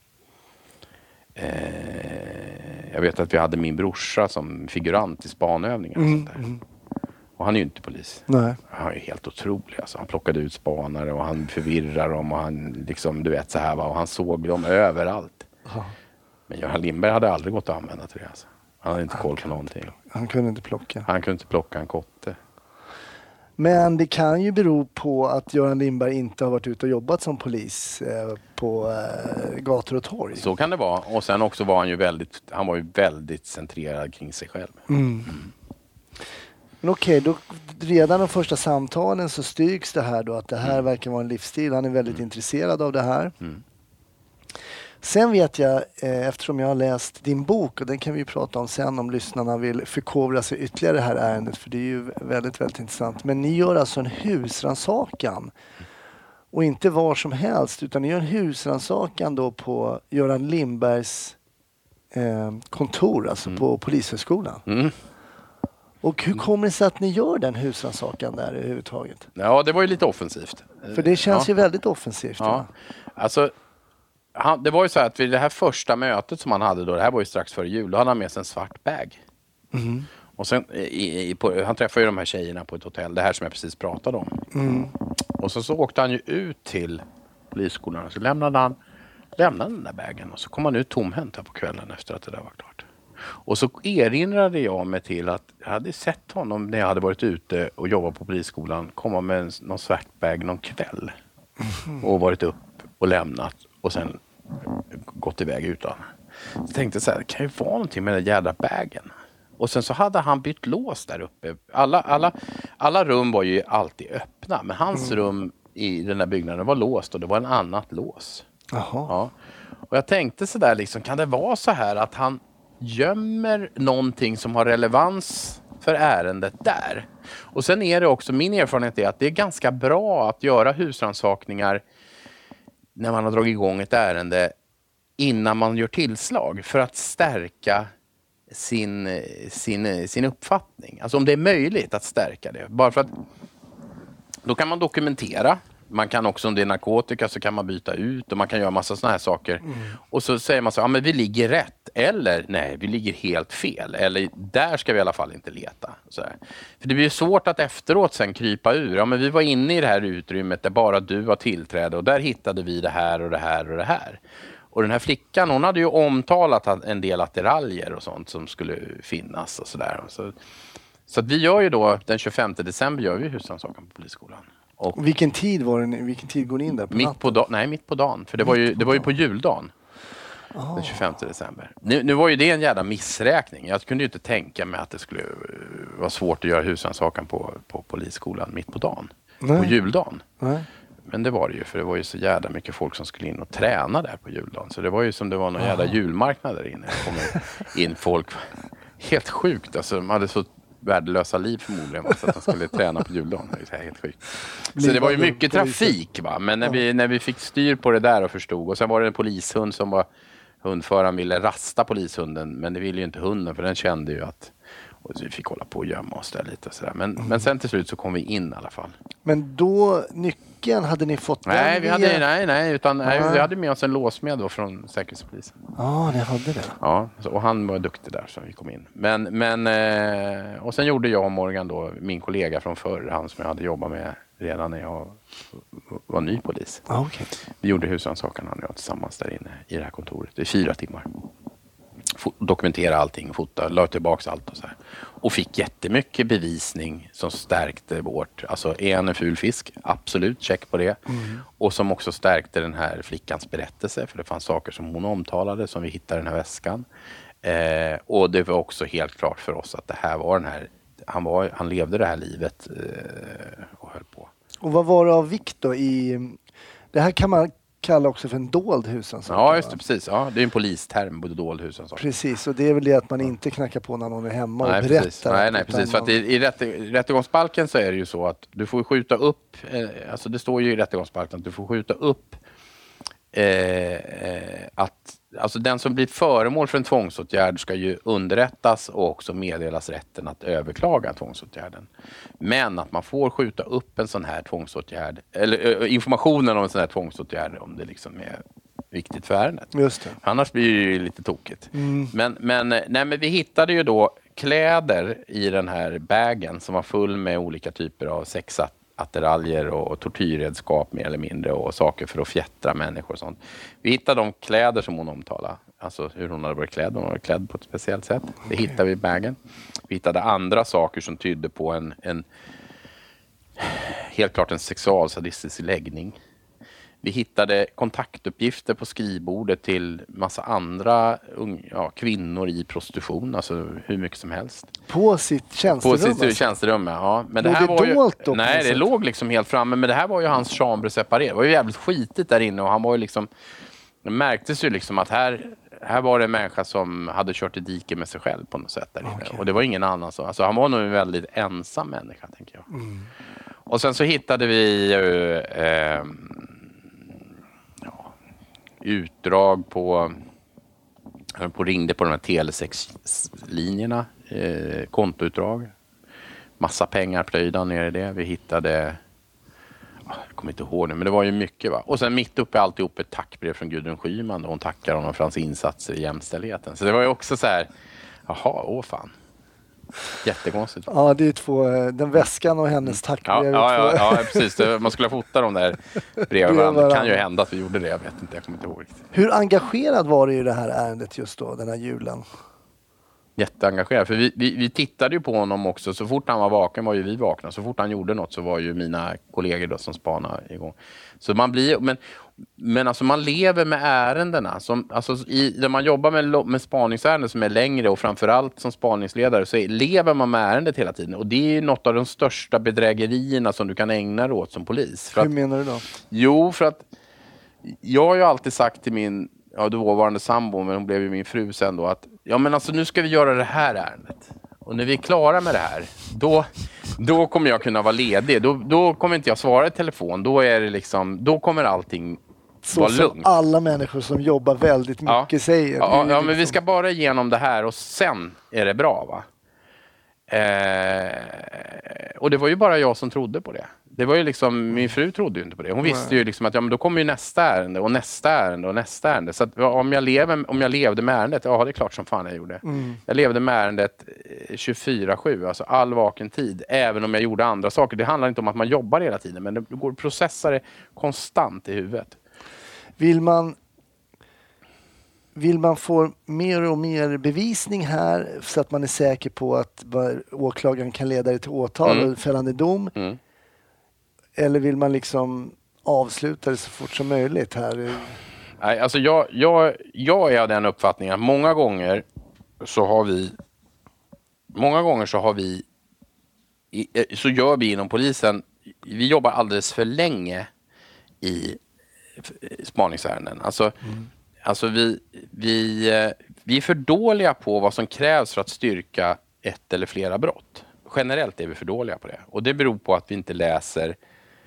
jag vet att vi hade min brorsa som figurant i spanövningar och sånt där. Och han är ju inte polis. Nej. Han är ju helt otrolig. Alltså, han plockade ut spanare och han förvirrar dem och han liksom, du vet så här va, och han såg dem överallt. Aha. Men Göran Lindberg hade aldrig gått att använda till det. Alltså. Han hade inte koll på någonting. Han kunde inte plocka. Han kunde inte plocka en kotte. Men det kan ju bero på att Göran Lindberg inte har varit ute och jobbat som polis på gator och torg. Så kan det vara. Och sen också var han var ju väldigt centrerad kring sig själv. Men okej, då redan de första samtalen så styrks det här då att det här verkar vara en livsstil. Han är väldigt intresserad av det här. Sen vet jag, eftersom jag har läst din bok, och den kan vi ju prata om sen om lyssnarna vill förkovra sig ytterligare i det här ärendet, för det är ju väldigt, väldigt intressant. Men ni gör alltså en husrannsakan. Och inte var som helst, utan ni gör en husrannsakan då på Göran Lindbergs kontor, alltså på Polishögskolan. Och hur kommer det sig att ni gör den husrannsakan där överhuvudtaget? Ja, det var ju lite offensivt. För det känns ju väldigt offensivt. Ja. Alltså, det var ju så här att vid det här första mötet som han hade då, det här var ju strax före jul, då hade han med sig en svart bag. Och sen, han träffade ju de här tjejerna på ett hotell, det här som jag precis pratade om. Och så åkte han ju ut till polisskolan och så lämnade den där bagen och så kom han ut tomhänt här på kvällen efter att det där var klart. Och så erinrade jag mig till att jag hade sett honom när jag hade varit ute och jobbat på polisskolan komma med någon svart bag någon kväll. Och varit upp och lämnat och sen gått iväg utan. Så tänkte jag så här, det kan ju vara någonting med den jävla bagen. Och sen så hade han bytt lås där uppe. Alla rum var ju alltid öppna, men hans rum i den här byggnaden var låst och det var en annat lås. Jaha. Ja. Och jag tänkte så där liksom, kan det vara så här att han gömmer någonting som har relevans för ärendet där? Och sen är det också, min erfarenhet är att det är ganska bra att göra husrannsakningar när man har dragit igång ett ärende innan man gör tillslag för att stärka sin uppfattning. Alltså om det är möjligt att stärka det. Bara för att då kan man dokumentera. Man kan också, om det är narkotika så kan man byta ut och man kan göra massa såna här saker. Och så säger man så, ja men vi ligger rätt. Eller nej, vi ligger helt fel. Eller där ska vi i alla fall inte leta. Så här. För det blir svårt att efteråt sen krypa ur. Ja men vi var inne i det här utrymmet där bara du har tillträde och där hittade vi det här och det här och det här. Och den här flickan, hon hade ju omtalat en del attiraljer och sånt som skulle finnas och sådär. Så att vi gör ju då, den 25 december gör vi husrannsakan på polisskolan. Och vilken tid går ni in där? Mitt på dagen. För det var ju på juldagen. Den 25 december. Nu var ju det en jävla missräkning. Jag kunde ju inte tänka mig att det skulle vara svårt att göra husrannsakan på polisskolan mitt på dagen. Nej. På juldagen. Nej. Men det var det ju, för det var ju så jävla mycket folk som skulle in och träna där på juldagen. Så det var ju som det var någon jävla julmarknad där inne. Det kom in folk. Helt sjukt. Alltså, de hade så värdelösa liv förmodligen. Så att de skulle träna på juldagen. Det är helt sjukt. Så det var ju mycket trafik, va. Men när vi fick styr på det där och förstod. Och sen var det en polishund som var... Hundföraren ville rasta polishunden. Men det ville ju inte hunden, för den kände ju att... Och så vi fick hålla på och gömma oss där lite och sådär. Men sen till slut så kom vi in i alla fall. Men då, nyckeln, hade ni fått Nej, den vi hade med oss en låsmed då från Säkerhetspolisen. Ja, ni hade det. Ja, och han var duktig där så vi kom in. Och sen gjorde jag och Morgan då, min kollega från förr, han som jag hade jobbat med redan när jag var ny polis. Okay. Vi gjorde husrannsakan han och jag tillsammans där inne i det här kontoret i 4 timmar. Dokumentera allting, fota, la tillbaka allt och så här. Och fick jättemycket bevisning som stärkte vårt, alltså är han en ful fisk? Absolut, check på det. Och som också stärkte den här flickans berättelse, för det fanns saker som hon omtalade som vi hittade i den här väskan. Och det var också helt klart för oss att det här var den här, han levde det här livet och höll på. Och vad var det av vikt då i, det här kan man kalla också för en dold husrannsakan. Ja, just det, precis. Ja, det är en polisterm, både dold husrannsakan. Precis, och det är väl det att man inte knackar på när någon är hemma och berättar. Nej, precis. För att i rättegångsbalken så är det ju så att du får skjuta upp, alltså det står ju i rättegångsbalken att du får skjuta upp alltså den som blir föremål för en tvångsåtgärd ska ju underrättas och också meddelas rätten att överklaga tvångsåtgärden. Men att man får skjuta upp en sån här tvångsåtgärd, eller informationen om en sån här tvångsåtgärd om det liksom är viktigt för ärendet. Just det. Annars blir det ju lite tokigt. Men vi hittade ju då kläder i den här bagen som var full med olika typer av sexattiraljer och tortyrredskap mer eller mindre och saker för att fjättra människor och sånt. Vi hittade de kläder som hon omtalade. Alltså hur hon hade varit klädd. Hon var klädd på ett speciellt sätt. Det hittade vi i bagen. Vi hittade andra saker som tydde på en helt klart en sexualsadistisk läggning. Vi hittade kontaktuppgifter på skrivbordet till massa andra kvinnor i prostitution, alltså hur mycket som helst. På sitt tjänsterum? På sitt tjänsterum, ja. Men det här var ju då, nej, det låg liksom helt framme, men det här var ju hans chambre separé. Det var ju jävligt skitigt där inne och han var ju liksom, det märktes ju liksom att här var det en människa som hade kört i diket med sig själv på något sätt där inne. Okay. Och det var ingen annan så. Alltså han var nog en väldigt ensam människa, tänker jag. Och sen så hittade vi utdrag på ringde på de här telesexlinjerna, kontoutdrag, massa pengar plöjda ner i det. Vi hittade, jag kommer inte ihåg nu, men det var ju mycket, va. Och sen mitt uppe alltihop ett tackbrev från Gudrun Schyman där hon tackar honom för hans insatser i jämställdheten. Så det var ju också så här, fan. Jättekonstigt. Ja, det är två, den väskan och hennes tackbrev. Ja, precis. Man skulle fota de där breven. Det kan ju hända att vi gjorde det, jag vet inte, jag kommer inte ihåg riktigt. Hur engagerad var du i det här ärendet just då, den här julen? Jätteengagerad, för vi tittade ju på honom också. Så fort han var vaken var ju vi vakna. Så fort han gjorde något så var ju mina kollegor då som spanade igång. Så man blir, men alltså man lever med ärendena. När man jobbar med spaningsärenden som är längre och framförallt som spaningsledare så lever man med ärendet hela tiden. Och det är något av de största bedrägerierna som du kan ägna dig åt som polis. Hur menar du då? Jo, för att jag har ju alltid sagt till min dåvarande sambo, men hon blev ju min fru sen då, att men alltså nu ska vi göra det här ärendet. Och när vi är klara med det här, då kommer jag kunna vara ledig. Då kommer inte jag svara i telefon. Då är det liksom, då kommer allting vara lugnt. Alla människor som jobbar väldigt mycket säger. Ja, liksom, men vi ska bara igenom det här och sen är det bra, va? Och det var ju bara jag som trodde på det. Det var ju liksom, min fru trodde ju inte på det. Hon visste ju liksom att men då kommer ju nästa ärende och nästa ärende och nästa ärende. Så att om jag levde med ärendet, det är klart som fan jag gjorde. Jag levde med ärendet 24/7, alltså all vaken tid. Även om jag gjorde andra saker. Det handlar inte om att man jobbar hela tiden, men det går att processa det konstant i huvudet. Vill man få mer och mer bevisning här så att man är säker på att åklagaren kan leda det till åtal och fällande dom? Eller vill man liksom avsluta det så fort som möjligt här? Nej, alltså jag är av den uppfattningen att många gånger så gör vi inom polisen, vi jobbar alldeles för länge i spaningsärenden. Alltså vi är för dåliga på vad som krävs för att styrka ett eller flera brott. Generellt är vi för dåliga på det. Och det beror på att vi inte läser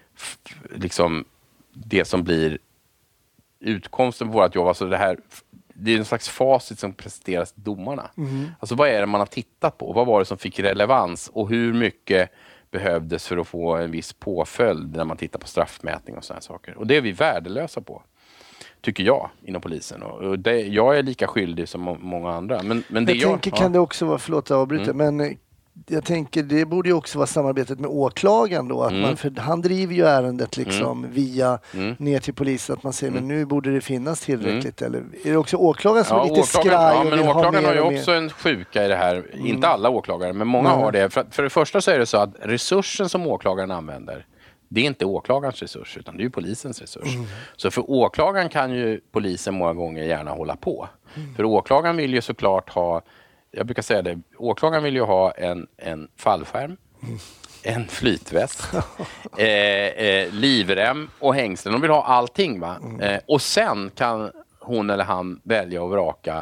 liksom det som blir utkomsten på vårt jobb. Alltså det är en slags facit som presenteras till domarna. Alltså vad är det man har tittat på? Vad var det som fick relevans? Och hur mycket behövdes för att få en viss påföljd när man tittar på straffmätning och sådana saker. Och det är vi värdelösa på, tycker jag, inom polisen. Och det, jag är lika skyldig som många andra. Men det jag tänker, kan det också vara, förlåt jag avbryter, men jag tänker det borde ju också vara samarbetet med åklagaren då, att för han driver ju ärendet liksom via ner till polisen, att man säger men nu borde det finnas tillräckligt, eller är det också åklagaren som är lite skraj? Ja, men åklagaren har ju också en sjuka i det här, inte alla åklagare, men många har det. För det första så är det så att resursen som åklagaren använder, det är inte åklagarens resurs, utan det är ju polisens resurs. Så för åklagaren kan ju polisen många gånger gärna hålla på. För åklagaren vill ju såklart ha, jag brukar säga det, åklagaren vill ju ha en fallskärm, en flytväst, livrem och hängslen. De vill ha allting, va? Och sen kan hon eller han välja och vraka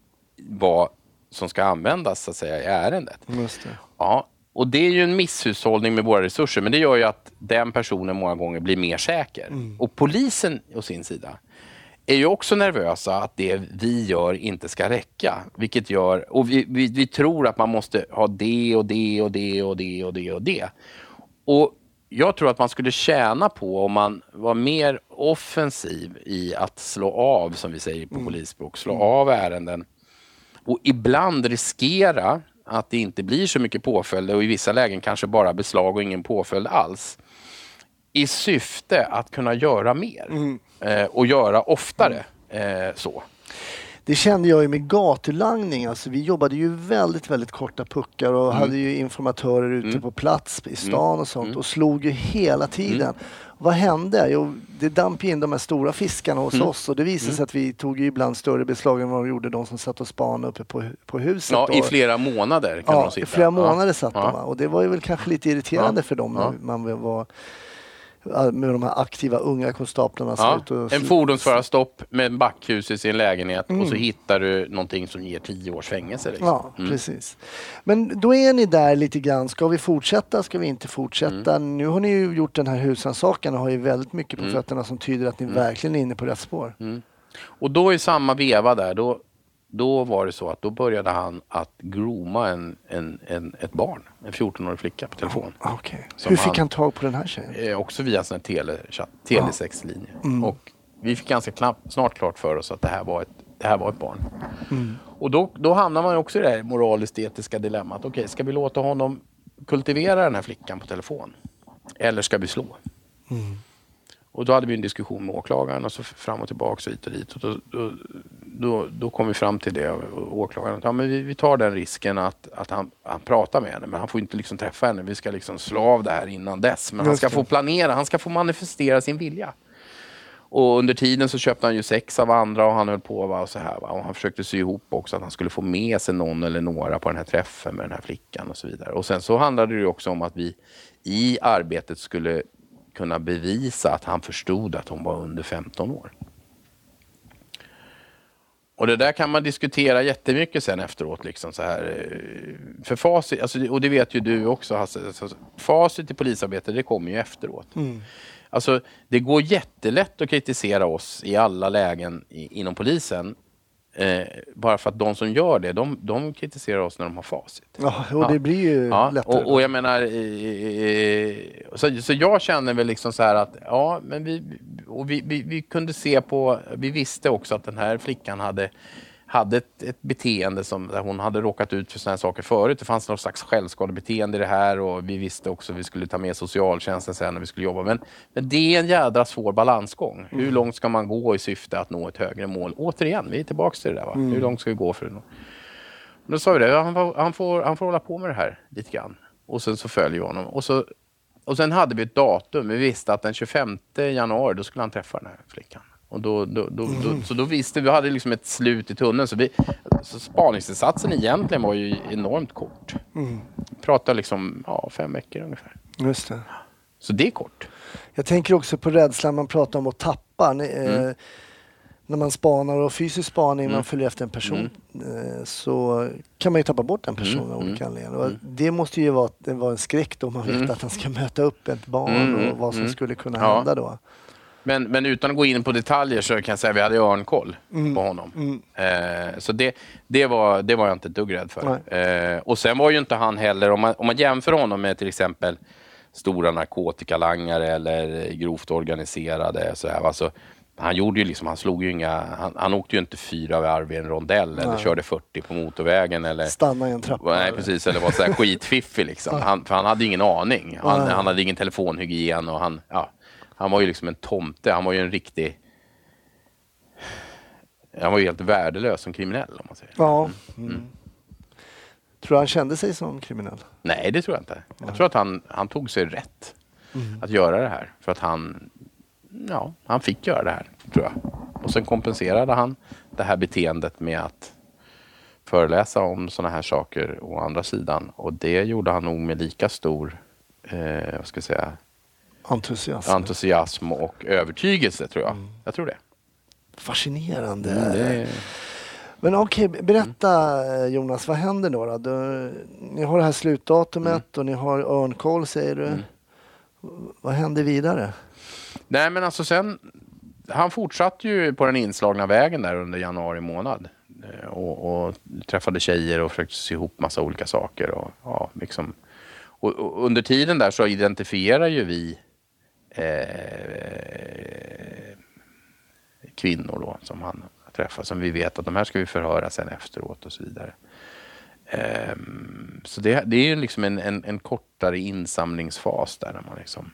vad som ska användas så att säga i ärendet. Just det. Ja, och det är ju en misshushållning med våra resurser, men det gör ju att den personen många gånger blir mer säker. Och polisen å sin sida är ju också nervösa att det vi gör inte ska räcka. Vilket gör, och vi tror att man måste ha det och det och det och det och det och det. Och jag tror att man skulle tjäna på om man var mer offensiv i att slå av, som vi säger på polisspråk, slå av ärenden. Och ibland riskera att det inte blir så mycket påföljd, och i vissa lägen kanske bara beslag och ingen påföljd alls. I syfte att kunna göra mer och göra oftare så. Det kände jag ju med gatulangning. Alltså, vi jobbade ju väldigt, väldigt korta puckar och hade ju informatörer ute på plats i stan och sånt och slog ju hela tiden. Vad hände? Jo, det damp in de här stora fiskarna hos oss, och det visade sig att vi tog ju ibland större beslag än vad de gjorde de som satt och spanade uppe på huset. Ja, i flera månader kan de sitta. I flera månader satt de. Och det var ju väl kanske lite irriterande för dem när man var med de här aktiva unga konstaplarna. En fordonsförarstopp med en backhus i sin lägenhet och så hittar du någonting som ger 10 års fängelse. Liksom. Ja, precis. Men då är ni där lite grann. Ska vi fortsätta? Ska vi inte fortsätta? Nu har ni ju gjort den här husrannsakan och har ju väldigt mycket på fötterna som tyder att ni verkligen är inne på rätt spår. Och då i samma veva där, då var det så att då började han att grooma ett barn, en 14-årig flicka på telefon. Okay. Hur fick han tag på den här tjejen? Också via sån här telesexlinje. Och vi fick ganska snart klart för oss att det här var ett barn. Och då hamnar man också i det här moraliskt-etiska dilemmat. Okej, ska vi låta honom kultivera den här flickan på telefon? Eller ska vi slå? Och då hade vi en diskussion med åklagaren och så fram och tillbaka och hit och dit. Och då kom vi fram till det, och åklagaren att men vi tar den risken att han pratar med henne, men han får inte liksom träffa henne. Vi ska liksom slå av det här innan dess. Men han ska få planera, han ska få manifestera sin vilja. Och under tiden så köpte han ju sex av andra och han höll på och så här. Och han försökte sy ihop också att han skulle få med sig någon eller några på den här träffen med den här flickan och så vidare. Och sen så handlade det ju också om att vi i arbetet skulle kunna bevisa att han förstod att hon var under 15 år. Och det där kan man diskutera jättemycket sen efteråt. Liksom så här. För facit, alltså, och det vet ju du också, Hasse, alltså, facit i polisarbete, det kommer ju efteråt. Alltså, det går jättelätt att kritisera oss i alla lägen inom polisen. Bara för att de som gör det, de kritiserar oss när de har facit. Ja, och det blir ju lättare. Och jag menar, så jag känner väl liksom så här att men vi kunde se på, vi visste också att den här flickan hade ett beteende där hon hade råkat ut för såna här saker förut. Det fanns något slags självskadebeteende i det här, och vi visste också att vi skulle ta med socialtjänsten sen när vi skulle jobba. Men det är en jädra svår balansgång. Hur långt ska man gå i syfte att nå ett högre mål? Återigen, vi är tillbaka till det där. Va? Hur långt ska vi gå för det? Då sa vi det, han får hålla på med det här lite grann. Och sen så följer vi honom. Och sen hade vi ett datum. Vi visste att den 25 januari då skulle han träffa den här flickan. Och då visste vi hade liksom ett slut i tunneln. Så spaningsinsatsen egentligen var ju enormt kort. Vi pratade liksom 5 veckor ungefär. Just det. Så det är kort. Jag tänker också på rädslan man pratar om att tappa. När man spanar och fysisk spaning, man följer efter en person, så kan man ju tappa bort den personen av olika anledningar. Det måste ju vara en skräck då man vet att han ska möta upp ett barn och vad som skulle kunna hända då. Men utan att gå in på detaljer så kan jag säga att vi hade örnkoll på honom. Så det var jag inte ett dugg rädd för. Och sen var ju inte han heller, om man jämför honom med till exempel stora narkotikalangare eller grovt organiserade så här, alltså, han gjorde ju liksom, han slog ju inga, han åkte ju inte 4 varv i en rondell eller körde 40 på motorvägen eller stanna i en trappa. Nej, precis, eller var så här skitfiffig liksom. Han hade ingen aning. Han hade ingen telefonhygien och han var ju liksom en tomte. Han var ju en riktig... Han var ju helt värdelös som kriminell, om man säger. Ja. Tror du han kände sig som kriminell? Nej, det tror jag inte. Jag tror att han tog sig rätt att göra det här. För att han fick göra det här, tror jag. Och sen kompenserade han det här beteendet med att föreläsa om såna här saker å andra sidan. Och det gjorde han nog med lika stor, vad ska jag säga... Entusiasm och övertygelse, tror jag. Jag tror det. Fascinerande. Men okej, berätta Jonas, vad händer då? Ni har det här slutdatumet och ni har örnkoll, säger du. Vad händer vidare? Nej, men alltså sen, han fortsatte ju på den inslagna vägen där under januari månad. Och träffade tjejer och försökte sy ihop massa olika saker. Och liksom. Och under tiden där så identifierar ju vi kvinnor då som han träffar, som vi vet att de här ska vi förhöra sen efteråt och så vidare. Så det är ju liksom en kortare insamlingsfas där när man liksom...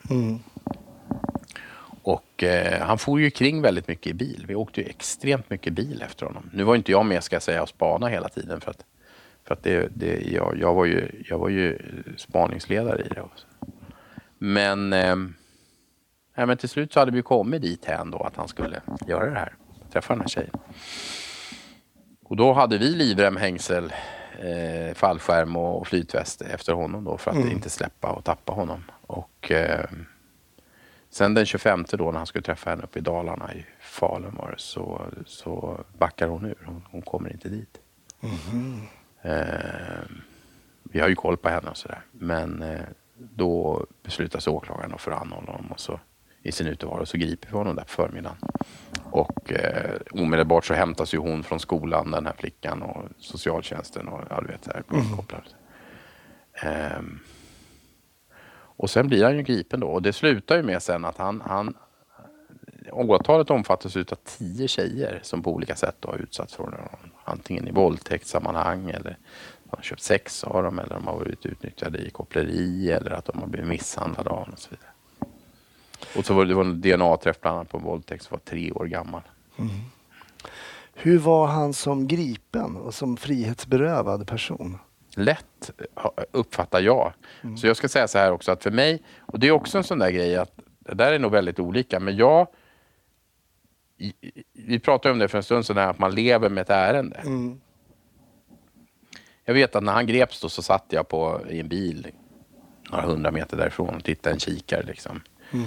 Och han får ju kring väldigt mycket i bil. Vi åkte ju extremt mycket bil efter honom. Nu var inte jag med, ska jag säga, och spana hela tiden för att jag var ju spaningsledare i det också. Men till slut så hade vi kommit dit hän då att han skulle göra det här. Träffa den här tjejen. Och då hade vi livrem, hängsel, fallskärm och flytväst efter honom då för att inte släppa och tappa honom. Och sen den 25 då när han skulle träffa henne uppe i Dalarna i Falun var det, så backar hon ur. Hon kommer inte dit. Vi har ju koll på henne och sådär. Men då beslutas åklagaren att anhålla honom och så i sin utevaro så griper vi honom där på förmiddagen. Och omedelbart så hämtas ju hon från skolan, den här flickan, och socialtjänsten och du vet, här kopplad. Och sen blir han ju gripen då. Och det slutar ju med sen att han åtalet omfattas ut av 10 tjejer som på olika sätt har utsatts för honom. Antingen i våldtäktssammanhang eller de har köpt sex av dem, eller de har varit utnyttjade i koppleri, eller att de har blivit misshandlade av dem och så vidare. Och så var det en DNA-träff bland annat på en våldtäkt som var 3 år gammal. Hur var han som gripen och som frihetsberövad person? Lätt uppfattar jag. Så jag ska säga så här också att för mig, och det är också en sån där grej att det där är nog väldigt olika, men vi pratade om det för en stund sedan, att man lever med ett ärende. Jag vet att när han greps då så satt jag i en bil några 100 meter därifrån och tittade en kikare liksom.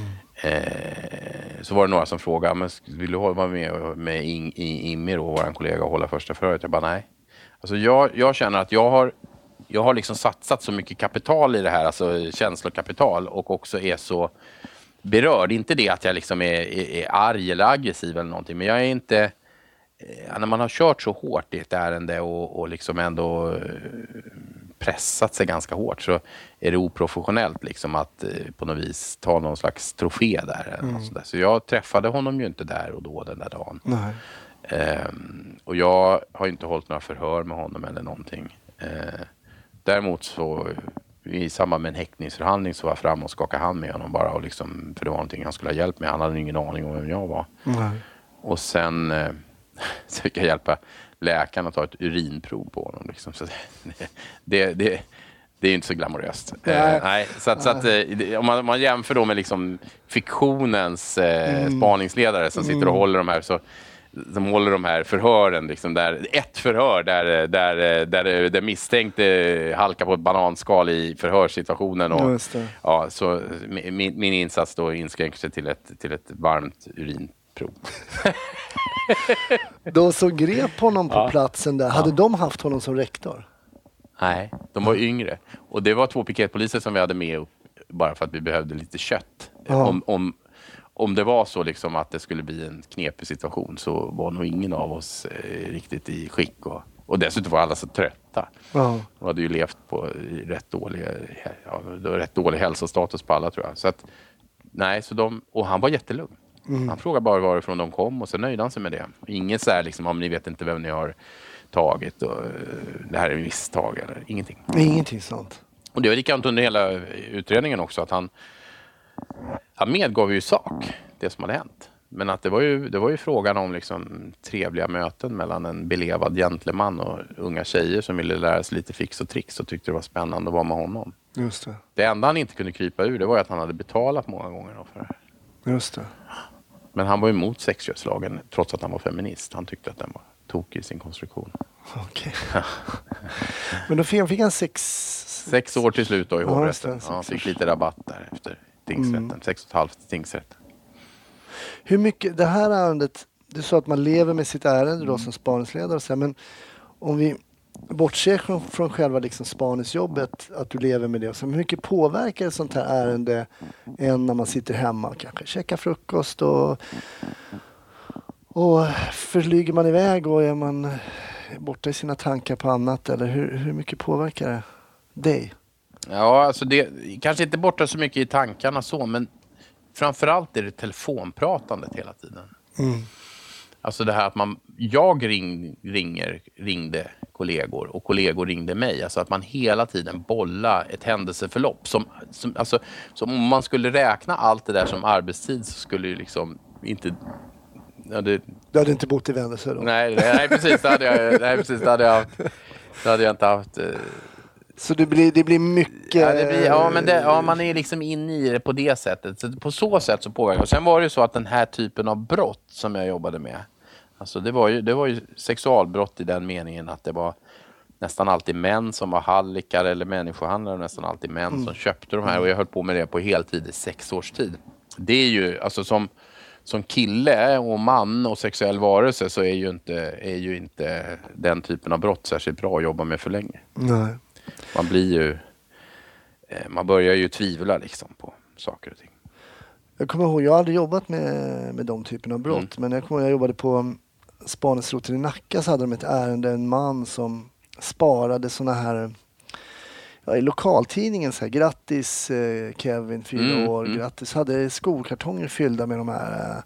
Så var det några som frågade, men vill du vara med Immi då, vår kollega, och hålla första förhöret? Jag bara nej. Alltså jag känner att jag har liksom satsat så mycket kapital i det här, alltså känslokapital, och också är så berörd. Inte det att jag liksom är arg eller aggressiv eller någonting, men jag är inte, när man har kört så hårt i ett ärende och liksom ändå pressat sig ganska hårt, så är det oprofessionellt liksom att på något vis ta någon slags trofé där, eller något sånt där. Så jag träffade honom ju inte där och då den där dagen. Nej. Och jag har inte hållit några förhör med honom eller någonting. Däremot så i samband med en häktningsförhandling så var jag fram och skakade hand med honom bara, och liksom, för det var någonting han skulle ha hjälp med. Han hade ingen aning om vem jag var. Och sen så fick jag hjälpa läkaren att ta ett urinprov på honom liksom. Så det är inte så glamoröst. Nej. Så att om man jämför då med liksom fiktionens spaningsledare som sitter och håller de här, så som håller de här förhören liksom, där ett förhör där misstänkte halkar på ett bananskal i förhörssituationen, och så min insats då inskränker sig till ett varmt urinprov. De som grep honom på platsen där, hade de haft honom som rektor? Nej, de var yngre. Och det var 2 piketpoliser som vi hade med upp bara för att vi behövde lite kött. om det var så liksom att det skulle bli en knepig situation så var nog ingen av oss riktigt i skick. Och dessutom var alla så trötta. De hade ju levt på rätt dålig hälsostatus på alla tror jag. Så att, nej, och han var jättelugn. Han frågade bara varifrån de kom och så nöjde han sig med det. Inget så här liksom, om ni vet inte vem ni har tagit och det här är en misstag eller ingenting. Ingenting sånt. Och det var likadant under hela utredningen också att han medgav ju i sak det som hade hänt. Men att det var ju frågan om liksom trevliga möten mellan en belevad gentleman och unga tjejer som ville lära sig lite fix och tricks och tyckte det var spännande att vara med honom. Just det. Det enda han inte kunde krypa ur det var att han hade betalat många gånger för det. Just det. Men han var emot sexköpslagen trots att han var feminist. Han tyckte att den var tokig i sin konstruktion. Okej. Men då fick han 6 år till slut då i hovrätten. Ja, han fick lite rabatt där efter tingsrätten. 6,5 till tingsrätten. Hur mycket, det här ärendet, du sa att man lever med sitt ärende då som spaningsledare och så här, men om vi bortser från själva liksom spaningsjobbet, att du lever med det och så, hur mycket påverkar ett sånt här ärende än när man sitter hemma och kanske käkar frukost och förlyger man iväg och är man borta i sina tankar på annat, eller hur mycket påverkar det dig? Ja, alltså det kanske inte borta så mycket i tankarna så, men framförallt är det telefonpratandet hela tiden. Alltså det här att jag ringde kollegor och kollegor ringde mig. Alltså att man hela tiden bollar ett händelseförlopp. Som om man skulle räkna allt det där som arbetstid så skulle ju liksom inte... Du hade inte bott i Vännäsö då? Nej, precis. Det hade jag inte haft... Så det blir mycket... Man är liksom inne i det på det sättet. Så på så sätt så påverkar det. Sen var det ju så att den här typen av brott som jag jobbade med. Alltså det var ju sexualbrott i den meningen att det var nästan alltid män som var hallickar eller människohandlare. Nästan alltid män som köpte de här. Och jag höll på med det på heltid i 6 års tid. Det är ju, alltså som kille och man och sexuell varelse så är ju inte den typen av brott särskilt bra att jobba med för länge. Nej. Man börjar ju tvivla liksom på saker och ting. Jag kommer ihåg, jag hade jobbat med de typen av brott, men jag kommer ihåg, jag jobbade på spaningsroteln i Nacka, så hade de ett ärende, en man som sparade såna här, i lokaltidningen så här, grattis Kevin, 4 år, grattis, hade skokartonger fyllda med de här,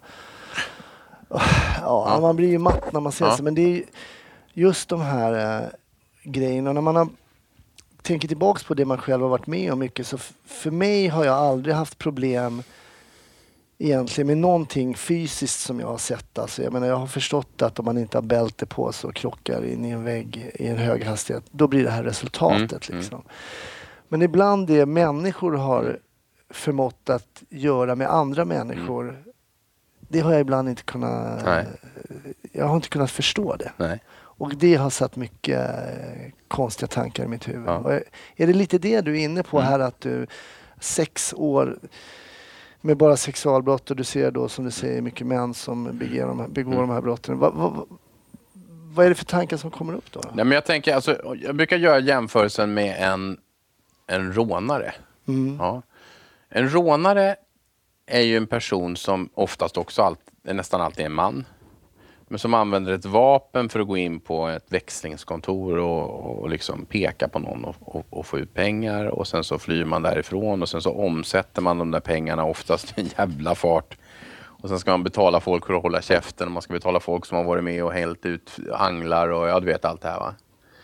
man blir ju matt när man ser det, men det är just de här grejerna, när man tänker tillbaks på det man själv har varit med om mycket, så för mig har jag aldrig haft problem egentligen med någonting fysiskt som jag har sett. Alltså, jag menar, jag har förstått att om man inte har bälte på så krockar in i en vägg i en hög hastighet, då blir det här resultatet liksom. Men ibland det människor har förmått att göra med andra människor, det har jag ibland inte kunnat... Jag har inte kunnat förstå det. Nej. Och det har satt mycket konstiga tankar i mitt huvud. Ja. Är det lite det du är inne på här, att du 6 år med bara sexualbrott och du ser då, som du säger, mycket män som begår de här brotten. Vad är det för tankar som kommer upp då? Nej, men jag tänker, alltså, jag brukar göra jämförelsen med en rånare. Ja. En rånare är ju en person som oftast också nästan alltid är en man. Men som använder ett vapen för att gå in på ett växlingskontor och liksom peka på någon och få ut pengar. Och sen så flyr man därifrån och sen så omsätter man de där pengarna oftast i en jävla fart. Och sen ska man betala folk för att hålla käften. Och man ska betala folk som har varit med och hällt ut anglar och du vet allt det här, va.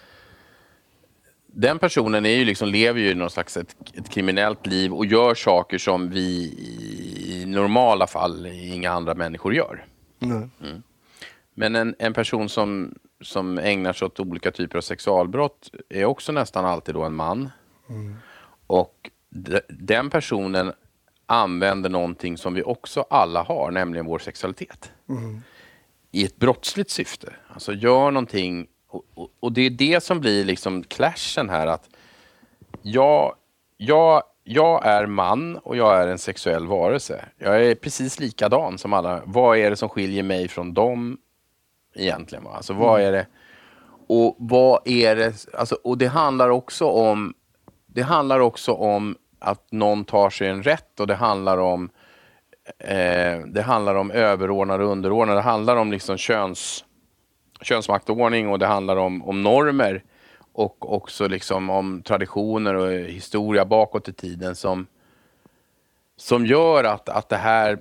Den personen är ju liksom, lever ju i någon slags ett kriminellt liv och gör saker som vi i normala fall inga andra människor gör. Men en person som ägnar sig åt olika typer av sexualbrott är också nästan alltid då en man. Och den personen använder någonting som vi också alla har, nämligen vår sexualitet. I ett brottsligt syfte. Alltså gör någonting, och det är det som blir liksom clashen här, att jag är man och jag är en sexuell varelse. Jag är precis likadan som alla. Vad är det som skiljer mig från dem egentligen, va? Alltså vad är det, och vad är det, alltså, och det handlar också om att någon tar sig en rätt, och det handlar om det handlar om överordnade och underordnade. Det handlar om liksom könsmaktordning och det handlar om normer och också liksom om traditioner och historia bakåt i tiden som gör att det här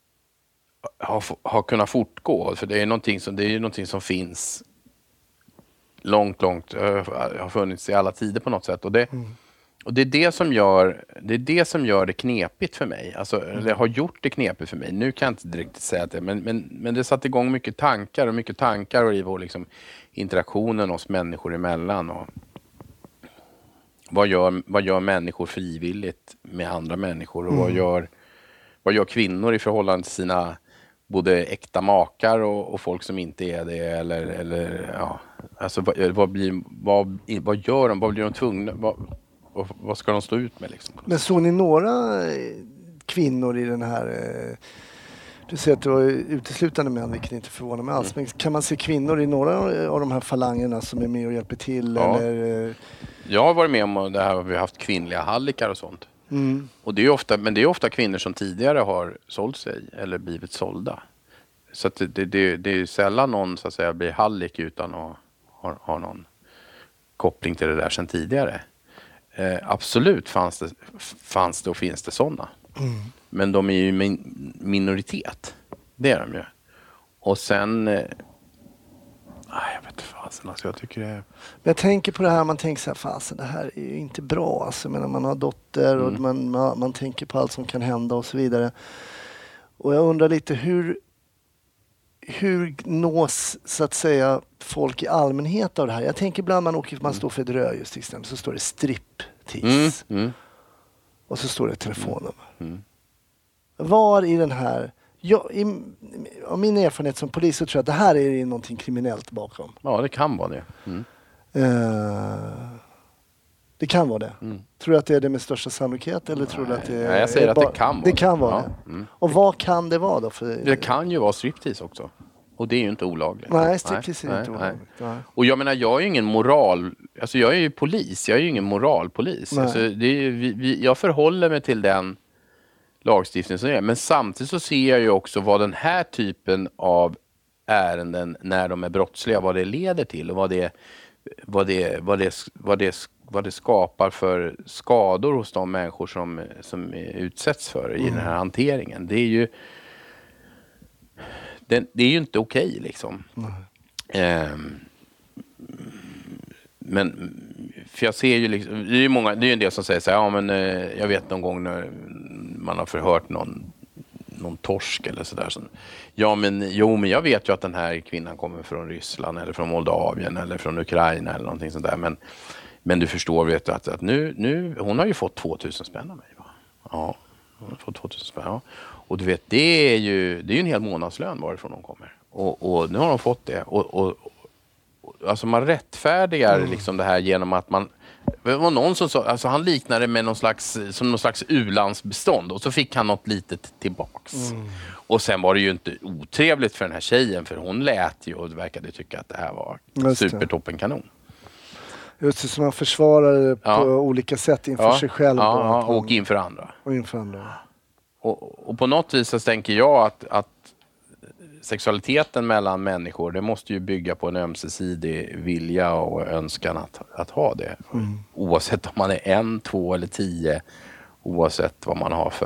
har kunnat fortgå. För det är någonting som finns långt har funnits i alla tider på något sätt. Och det är det som gör det knepigt för mig. Alltså, det har gjort det knepigt för mig. Nu kan jag inte direkt säga att det, men det satte igång mycket tankar i vår liksom interaktionen oss människor emellan. Och vad gör människor frivilligt med andra människor? Och vad gör kvinnor i förhållande till sina både äkta makar och folk som inte är det? Eller ja, alltså vad gör de? Vad blir de tvungna? Vad ska de stå ut med liksom? Men såg ni några kvinnor i den här... Du säger att det var uteslutande män, vilket inte förvånar mig alls. Men kan man se kvinnor i några av de här falangerna som är med och hjälper till? Ja. Eller? Jag har varit med om det här, vi har haft kvinnliga hallikar och sånt. Och det är ofta kvinnor som tidigare har sålt sig eller blivit sålda. Så att det är sällan någon så att säga blir hallick utan att ha någon koppling till det där sedan tidigare. Absolut fanns det och finns det sådana. Men de är ju minoritet. Det är de ju. Och sen... jag vet inte fasen. Alltså jag tycker det... Men jag tänker på det här, man tänker så här, fasen det här är ju inte bra. Alltså, men man har dotter och man tänker på allt som kan hända och så vidare. Och jag undrar lite hur nås så att säga folk i allmänhet av det här? Jag tänker ibland man står för ett rödljus till exempel, så står det striptease. Och så står det telefonnummer. Var i den här... av min erfarenhet som polis så tror jag att det här är någonting kriminellt bakom. Ja, det kan vara det. Det kan vara det. Tror du att det är det med största sannolikhet? Eller tror du att det är... Jag säger att det kan vara det. Det kan vara det. Och vad kan det vara då? Det kan ju vara striptease också. Och det är ju inte olagligt. Nej, striptease är inte olagligt. Nej. Och jag menar, jag är ju ingen moral... Alltså jag är ju polis. Jag är ju ingen moralpolis. Alltså, det är ju, jag förhåller mig till den lagstiftning som är. Men samtidigt så ser jag ju också vad den här typen av ärenden när de är brottsliga, vad det leder till och vad det skapar för skador hos de människor som utsätts för i den här hanteringen. Det är ju inte okej liksom. Men för jag ser ju liksom, det är ju en del som säger så här, ja men jag vet någon gång när man har förhört någon torsk eller sådär. Men jag vet ju att den här kvinnan kommer från Ryssland eller från Moldavien eller från Ukraina eller någonting sånt där. Men du förstår, vet du, att nu hon har ju fått 2000 spänn av mig, va? Ja, hon har fått 2000 spänn, ja. Och du vet, det är ju en hel månadslön varifrån hon kommer. Och nu har hon fått det. Och alltså man rättfärdigar liksom det här genom att man... Det var någon som sa, alltså han liknade med någon slags u-landsbestånd och så fick han något litet tillbaks. Och sen var det ju inte otrevligt för den här tjejen, för hon lät ju och verkade tycka att det här var supertoppenkanon. Just det, så man försvarar det på olika sätt inför sig själv. Och inför andra. Och inför andra. Och på något vis så tänker jag att sexualiteten mellan människor, det måste ju bygga på en ömsesidig vilja och önskan att ha det. Oavsett om man är 1, 2 eller 10, oavsett vad man har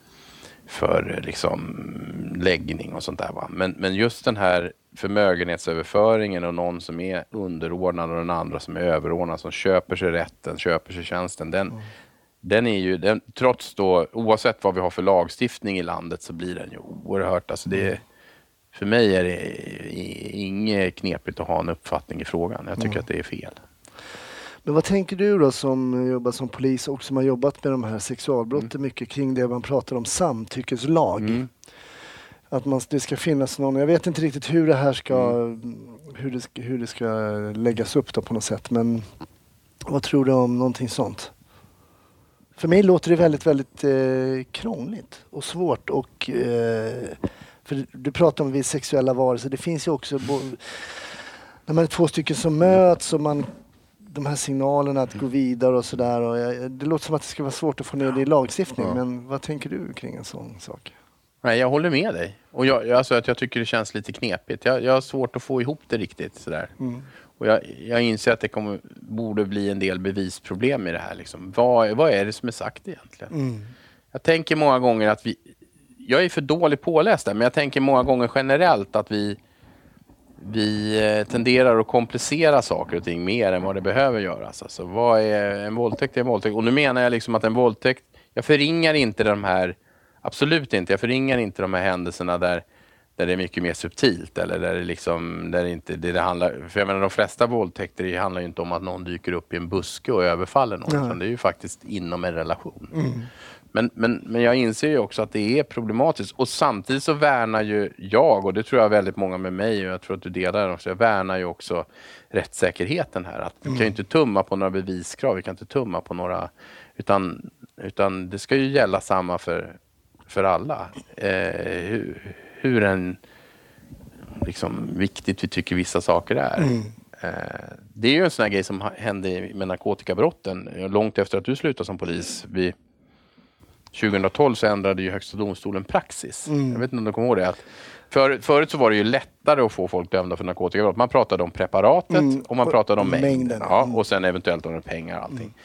för liksom läggning och sånt där, va. Men just den här förmögenhetsöverföringen och någon som är underordnad och den andra som är överordnad, som köper sig rätten, köper sig tjänsten, den är ju, trots då, oavsett vad vi har för lagstiftning i landet, så blir den ju oerhört, alltså för mig är det inget knepigt att ha en uppfattning i frågan. Jag tycker att det är fel. Men vad tänker du då som jobbar som polis och som har jobbat med de här sexualbrotten mycket kring det man pratar om samtyckeslag? Att det ska finnas någon, jag vet inte riktigt hur det här ska hur det ska läggas upp då på något sätt, men vad tror du om någonting sånt? För mig låter det väldigt, väldigt krångligt och svårt och för du pratar om vi sexuella varelser. Det finns ju också när man är 2 stycken som möts och de här signalerna att gå vidare och sådär. Och det låter som att det ska vara svårt att få ner det i lagstiftning. Men vad tänker du kring en sån sak? Nej, jag håller med dig. Och jag tycker det känns lite knepigt. Jag har svårt att få ihop det riktigt sådär. Och jag inser att det borde bli en del bevisproblem i det här. Liksom. Vad är det som är sagt egentligen? Jag tänker många gånger att jag är för dålig påläst där, men jag tänker många gånger generellt att vi tenderar att komplicera saker och ting mer än vad det behöver göras. Alltså, vad är en våldtäkt? Och nu menar jag liksom att en våldtäkt, jag förringar inte de här, absolut inte, jag förringar inte de här händelserna där det är mycket mer subtilt eller där det liksom, där det inte, det handlar, för jag menar de flesta våldtäkter, det handlar ju inte om att någon dyker upp i en buske och överfaller någon, utan det är ju faktiskt inom en relation. Men jag inser ju också att det är problematiskt, och samtidigt så värnar ju jag, och det tror jag väldigt många med mig, och jag tror att du delar det också, jag värnar ju också rättssäkerheten här, att vi kan ju inte tumma på några beviskrav, vi kan inte tumma på några, utan det ska ju gälla samma för alla. Hur liksom viktigt vi tycker vissa saker är. Det är ju en sån här grej som hände med narkotikabrotten långt efter att du slutade som polis. 2012 så ändrade ju Högsta domstolen praxis. Jag vet inte om du kommer ihåg det. Förut så var det ju lättare att få folk dömda för narkotikabrott. Man pratade om preparatet och man pratade om mängden. Ja, och sen eventuellt om pengar och allting.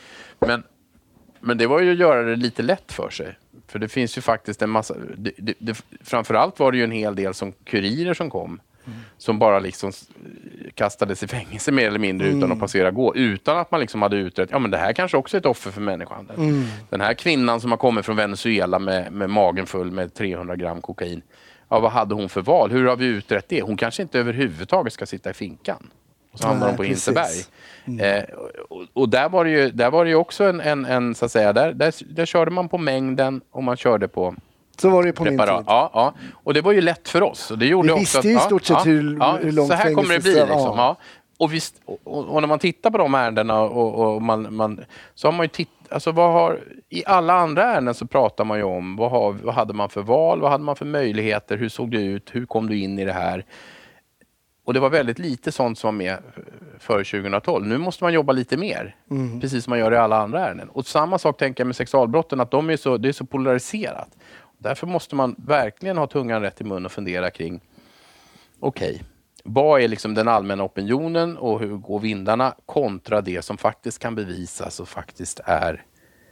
Men det var ju att göra det lite lätt för sig. För det finns ju faktiskt en massa... framförallt var det ju en hel del som kurirer som kom. Som bara liksom kastades i fängelse mer eller mindre utan att passera gå. Utan att man liksom hade utrett, ja men det här kanske också är ett offer för människohandel. Den här kvinnan som har kommit från Venezuela med magen full med 300 gram kokain. Ja, vad hade hon för val? Hur har vi utrett det? Hon kanske inte överhuvudtaget ska sitta i finkan. Och så hamnar de på Hinseberg. Och där var det ju också en så att säga, där körde man på mängden och man körde på så var det på preparat. Min tid. Ja. Och det var ju lätt för oss. Och det gjorde vi visste ju i stort sett hur långt så här kommer det bli. Liksom. Ja. Och när man tittar på de ärendena och man så har man ju alltså i alla andra ärenden så pratar man ju om vad hade man för val, vad hade man för möjligheter, hur såg det ut, hur kom du in i det här? Och det var väldigt lite sånt som var med före 2012. Nu måste man jobba lite mer. Precis som man gör i alla andra ärenden. Och samma sak tänker jag med sexualbrotten. Att det är så polariserat. Därför måste man verkligen ha tungan rätt i mun och fundera kring. Okej, vad är liksom den allmänna opinionen och hur går vindarna kontra det som faktiskt kan bevisas och faktiskt är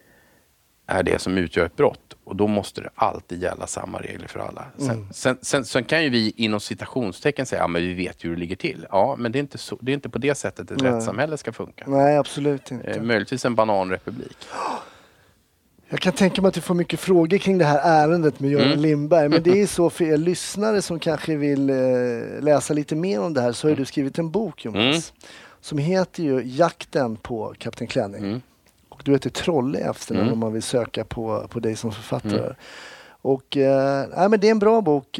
det som utgör ett brott. Och då måste det alltid gälla samma regler för alla. Sen kan ju vi inom citationstecken säga att vi vet hur det ligger till. Ja, men det är inte på det sättet ett rättssamhälle ska funka. Nej, absolut inte. Möjligtvis en bananrepublik. Jag kan tänka mig att du får mycket frågor kring det här ärendet med Göran Lindberg. Men det är så för er lyssnare som kanske vill läsa lite mer om det här, så har du skrivit en bok, Jonas. Som heter ju Jakten på Kapten Klänning. Och du heter Trolle i efternamn om man vill söka på dig som författare. Och men det är en bra bok.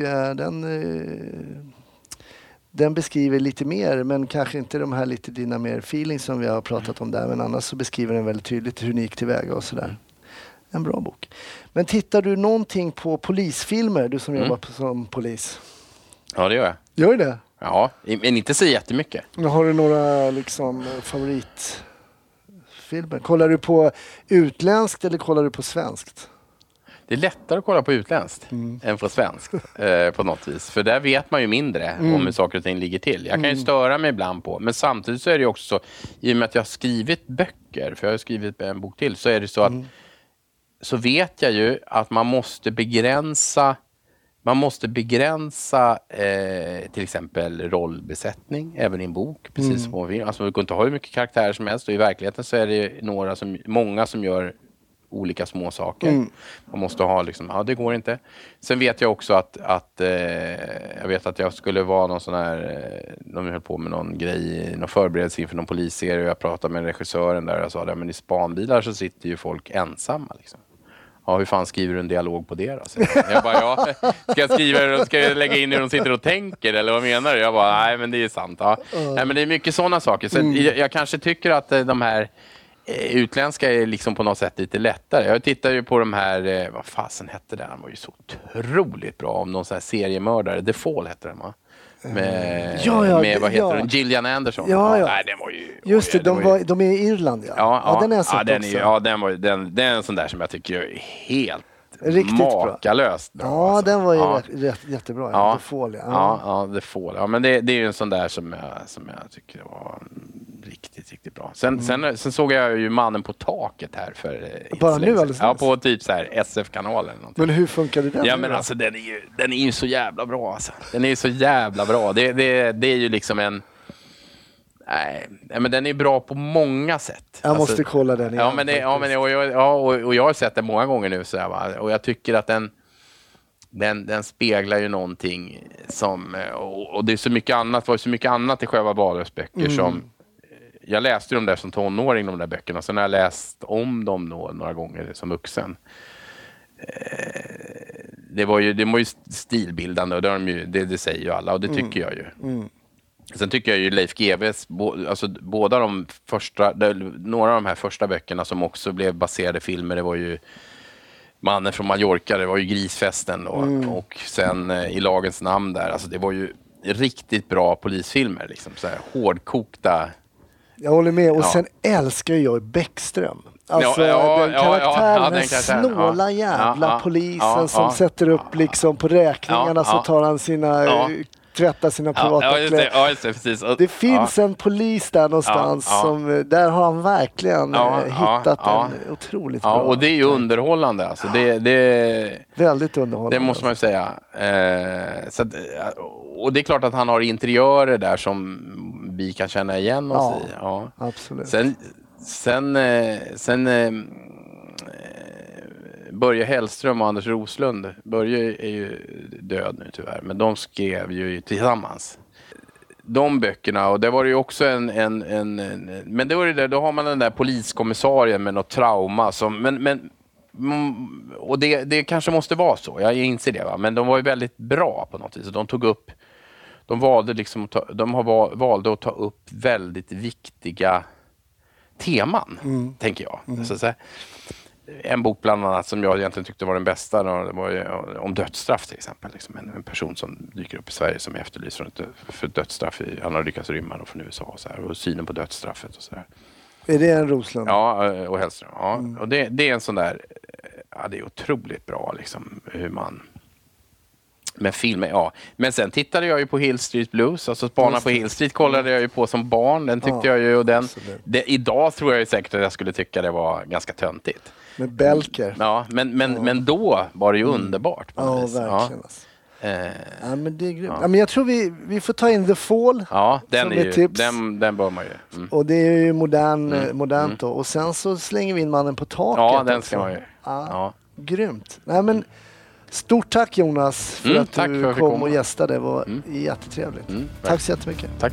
Den beskriver lite mer, men kanske inte de här lite dina mer feelings som vi har pratat om där. Men annars så beskriver den väldigt tydligt hur ni gick tillväga och sådär. En bra bok. Men tittar du någonting på polisfilmer, du som jobbar som polis? Ja, det gör jag. Gör du det? Ja, men inte så jättemycket. Har du några liksom favoritfilmer? Kollar du på utländskt eller kollar du på svenskt? Det är lättare att kolla på utländskt än på svenskt på något vis. För där vet man ju mindre om hur saker och ting ligger till. Jag kan ju störa mig ibland på. Men samtidigt så är det också så, i och med att jag har skrivit böcker, för jag har skrivit en bok till, så är det så att så vet jag ju att man måste begränsa till exempel rollbesättning även i en bok, precis som på film. Alltså man kan inte ha hur mycket karaktärer som helst, och i verkligheten så är det många som gör olika små saker. Man måste ha liksom, det går inte. Sen vet jag också att jag vet att jag skulle vara någon sån här, de höll på med någon grej, någon förberedelse inför någon polisserie, och jag pratade med regissören där och jag sa, men i spanbilar så sitter ju folk ensamma liksom. Ja, hur fan skriver du en dialog på det då? Så jag bara, ska jag lägga in hur de sitter och tänker, eller vad menar du? Jag bara, nej men det är sant. Ja. Nej, men det är mycket sådana saker. Så jag kanske tycker att de här utländska är liksom på något sätt lite lättare. Jag tittar ju på de här, vad fasen hette den? Den var ju så otroligt bra, om någon sån här seriemördare. The Fall hette den, va? Med vad heter den? Gillian Anderson. Nej, den var ju... Just det, de är i Irland, ja. Den är den är en sån där som jag tycker är helt Riktigt makalöst bra. bra. Ja, alltså. den var ju jättebra. Ja. The Fall, Ja, The Fall. Ja, men det är ju en sån där som jag tycker var riktigt bra. Sen såg jag ju Mannen på taket här för bara nu alldeles. Ja, på typ så här SF-kanalen. Men hur funkade den? Ja, men alltså den är ju så jävla bra alltså. Den är ju så jävla bra. Det är ju liksom en... Nej, men den är bra på många sätt. Jag måste kolla den igen. Och jag har sett den många gånger nu så här, va? Och jag tycker att den speglar ju någonting som och det är så mycket annat, det var så mycket annat i själva Wahlöös böcker som jag läste dem där som tonåring, de där böckerna, sen har jag läst om dem några gånger som vuxen. Det var ju stilbildande och det säger ju alla och det tycker jag ju. Sen tycker jag ju Leif GW:s, alltså båda de första, några av de här första böckerna som också blev baserade filmer, det var ju Mannen från Mallorca, det var ju Grisfesten då, och sen I lagens namn där, alltså det var ju riktigt bra polisfilmer liksom, så här hårdkokta. Jag håller med, och sen älskar jag Bäckström. Alltså den karaktären, den snåla jävla polisen som sätter upp liksom på räkningarna så tar han sina... tvätta sina privata kläder. Det finns en polis där någonstans som, där har han verkligen hittat en otroligt bra. Och det är ju underhållande alltså. Det väldigt underhållande. Det måste man ju säga. Så att, och det är klart att han har interiörer där som vi kan känna igen oss i. Ja, absolut. Sen Börje Hellström och Anders Roslund. Börje är ju död nu tyvärr, men de skrev ju tillsammans de böckerna, och det var ju också men det var ju där, då har man den där poliskommissarien med något trauma som, och det kanske måste vara så, jag inser det, va? Men de var ju väldigt bra på något vis. De valde att ta upp väldigt viktiga teman, tänker jag. Så en bok bland annat som jag egentligen tyckte var den bästa, det var ju om dödsstraff till exempel. Liksom en person som dyker upp i Sverige som är efterlyst för dödsstraff. Han har lyckats rymma från USA och så här, och synen på dödsstraffet och så där. Är det en Roslund? Ja, och Hellström. Ja. Och det är en sån där, det är otroligt bra liksom hur man med filmer, ja. Men sen tittade jag ju på Hill Street Blues, alltså Spanarna på Hill Street kollade jag ju på som barn. Den tyckte jag ju, och idag tror jag ju säkert att jag skulle tycka det var ganska töntigt. Med Belker. Ja, men då var det ju underbart. Ja, verkligen. Ja, men det är grymt. Ja, men jag tror vi får ta in The Fall. Ja, den är ju, tips. den bör man ju. Och det är ju modernt då. Och sen så slänger vi in Mannen på taket. Ja, den ska man ju. Ja. Grymt. Nej, men stort tack Jonas för att du kom och gästade. Det var jättetrevligt. Tack så jättemycket. Tack.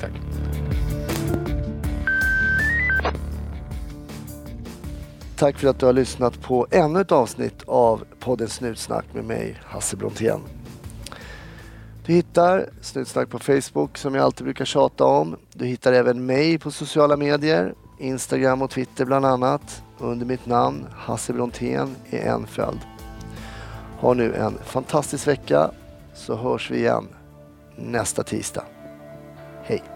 Tack för att du har lyssnat på ännu ett avsnitt av podden Snutsnack med mig, Hasse Brontén. Du hittar Snutsnack på Facebook som jag alltid brukar tjata om. Du hittar även mig på sociala medier, Instagram och Twitter bland annat, under mitt namn Hasse Brontén i en följd. Ha nu en fantastisk vecka, så hörs vi igen nästa tisdag. Hej!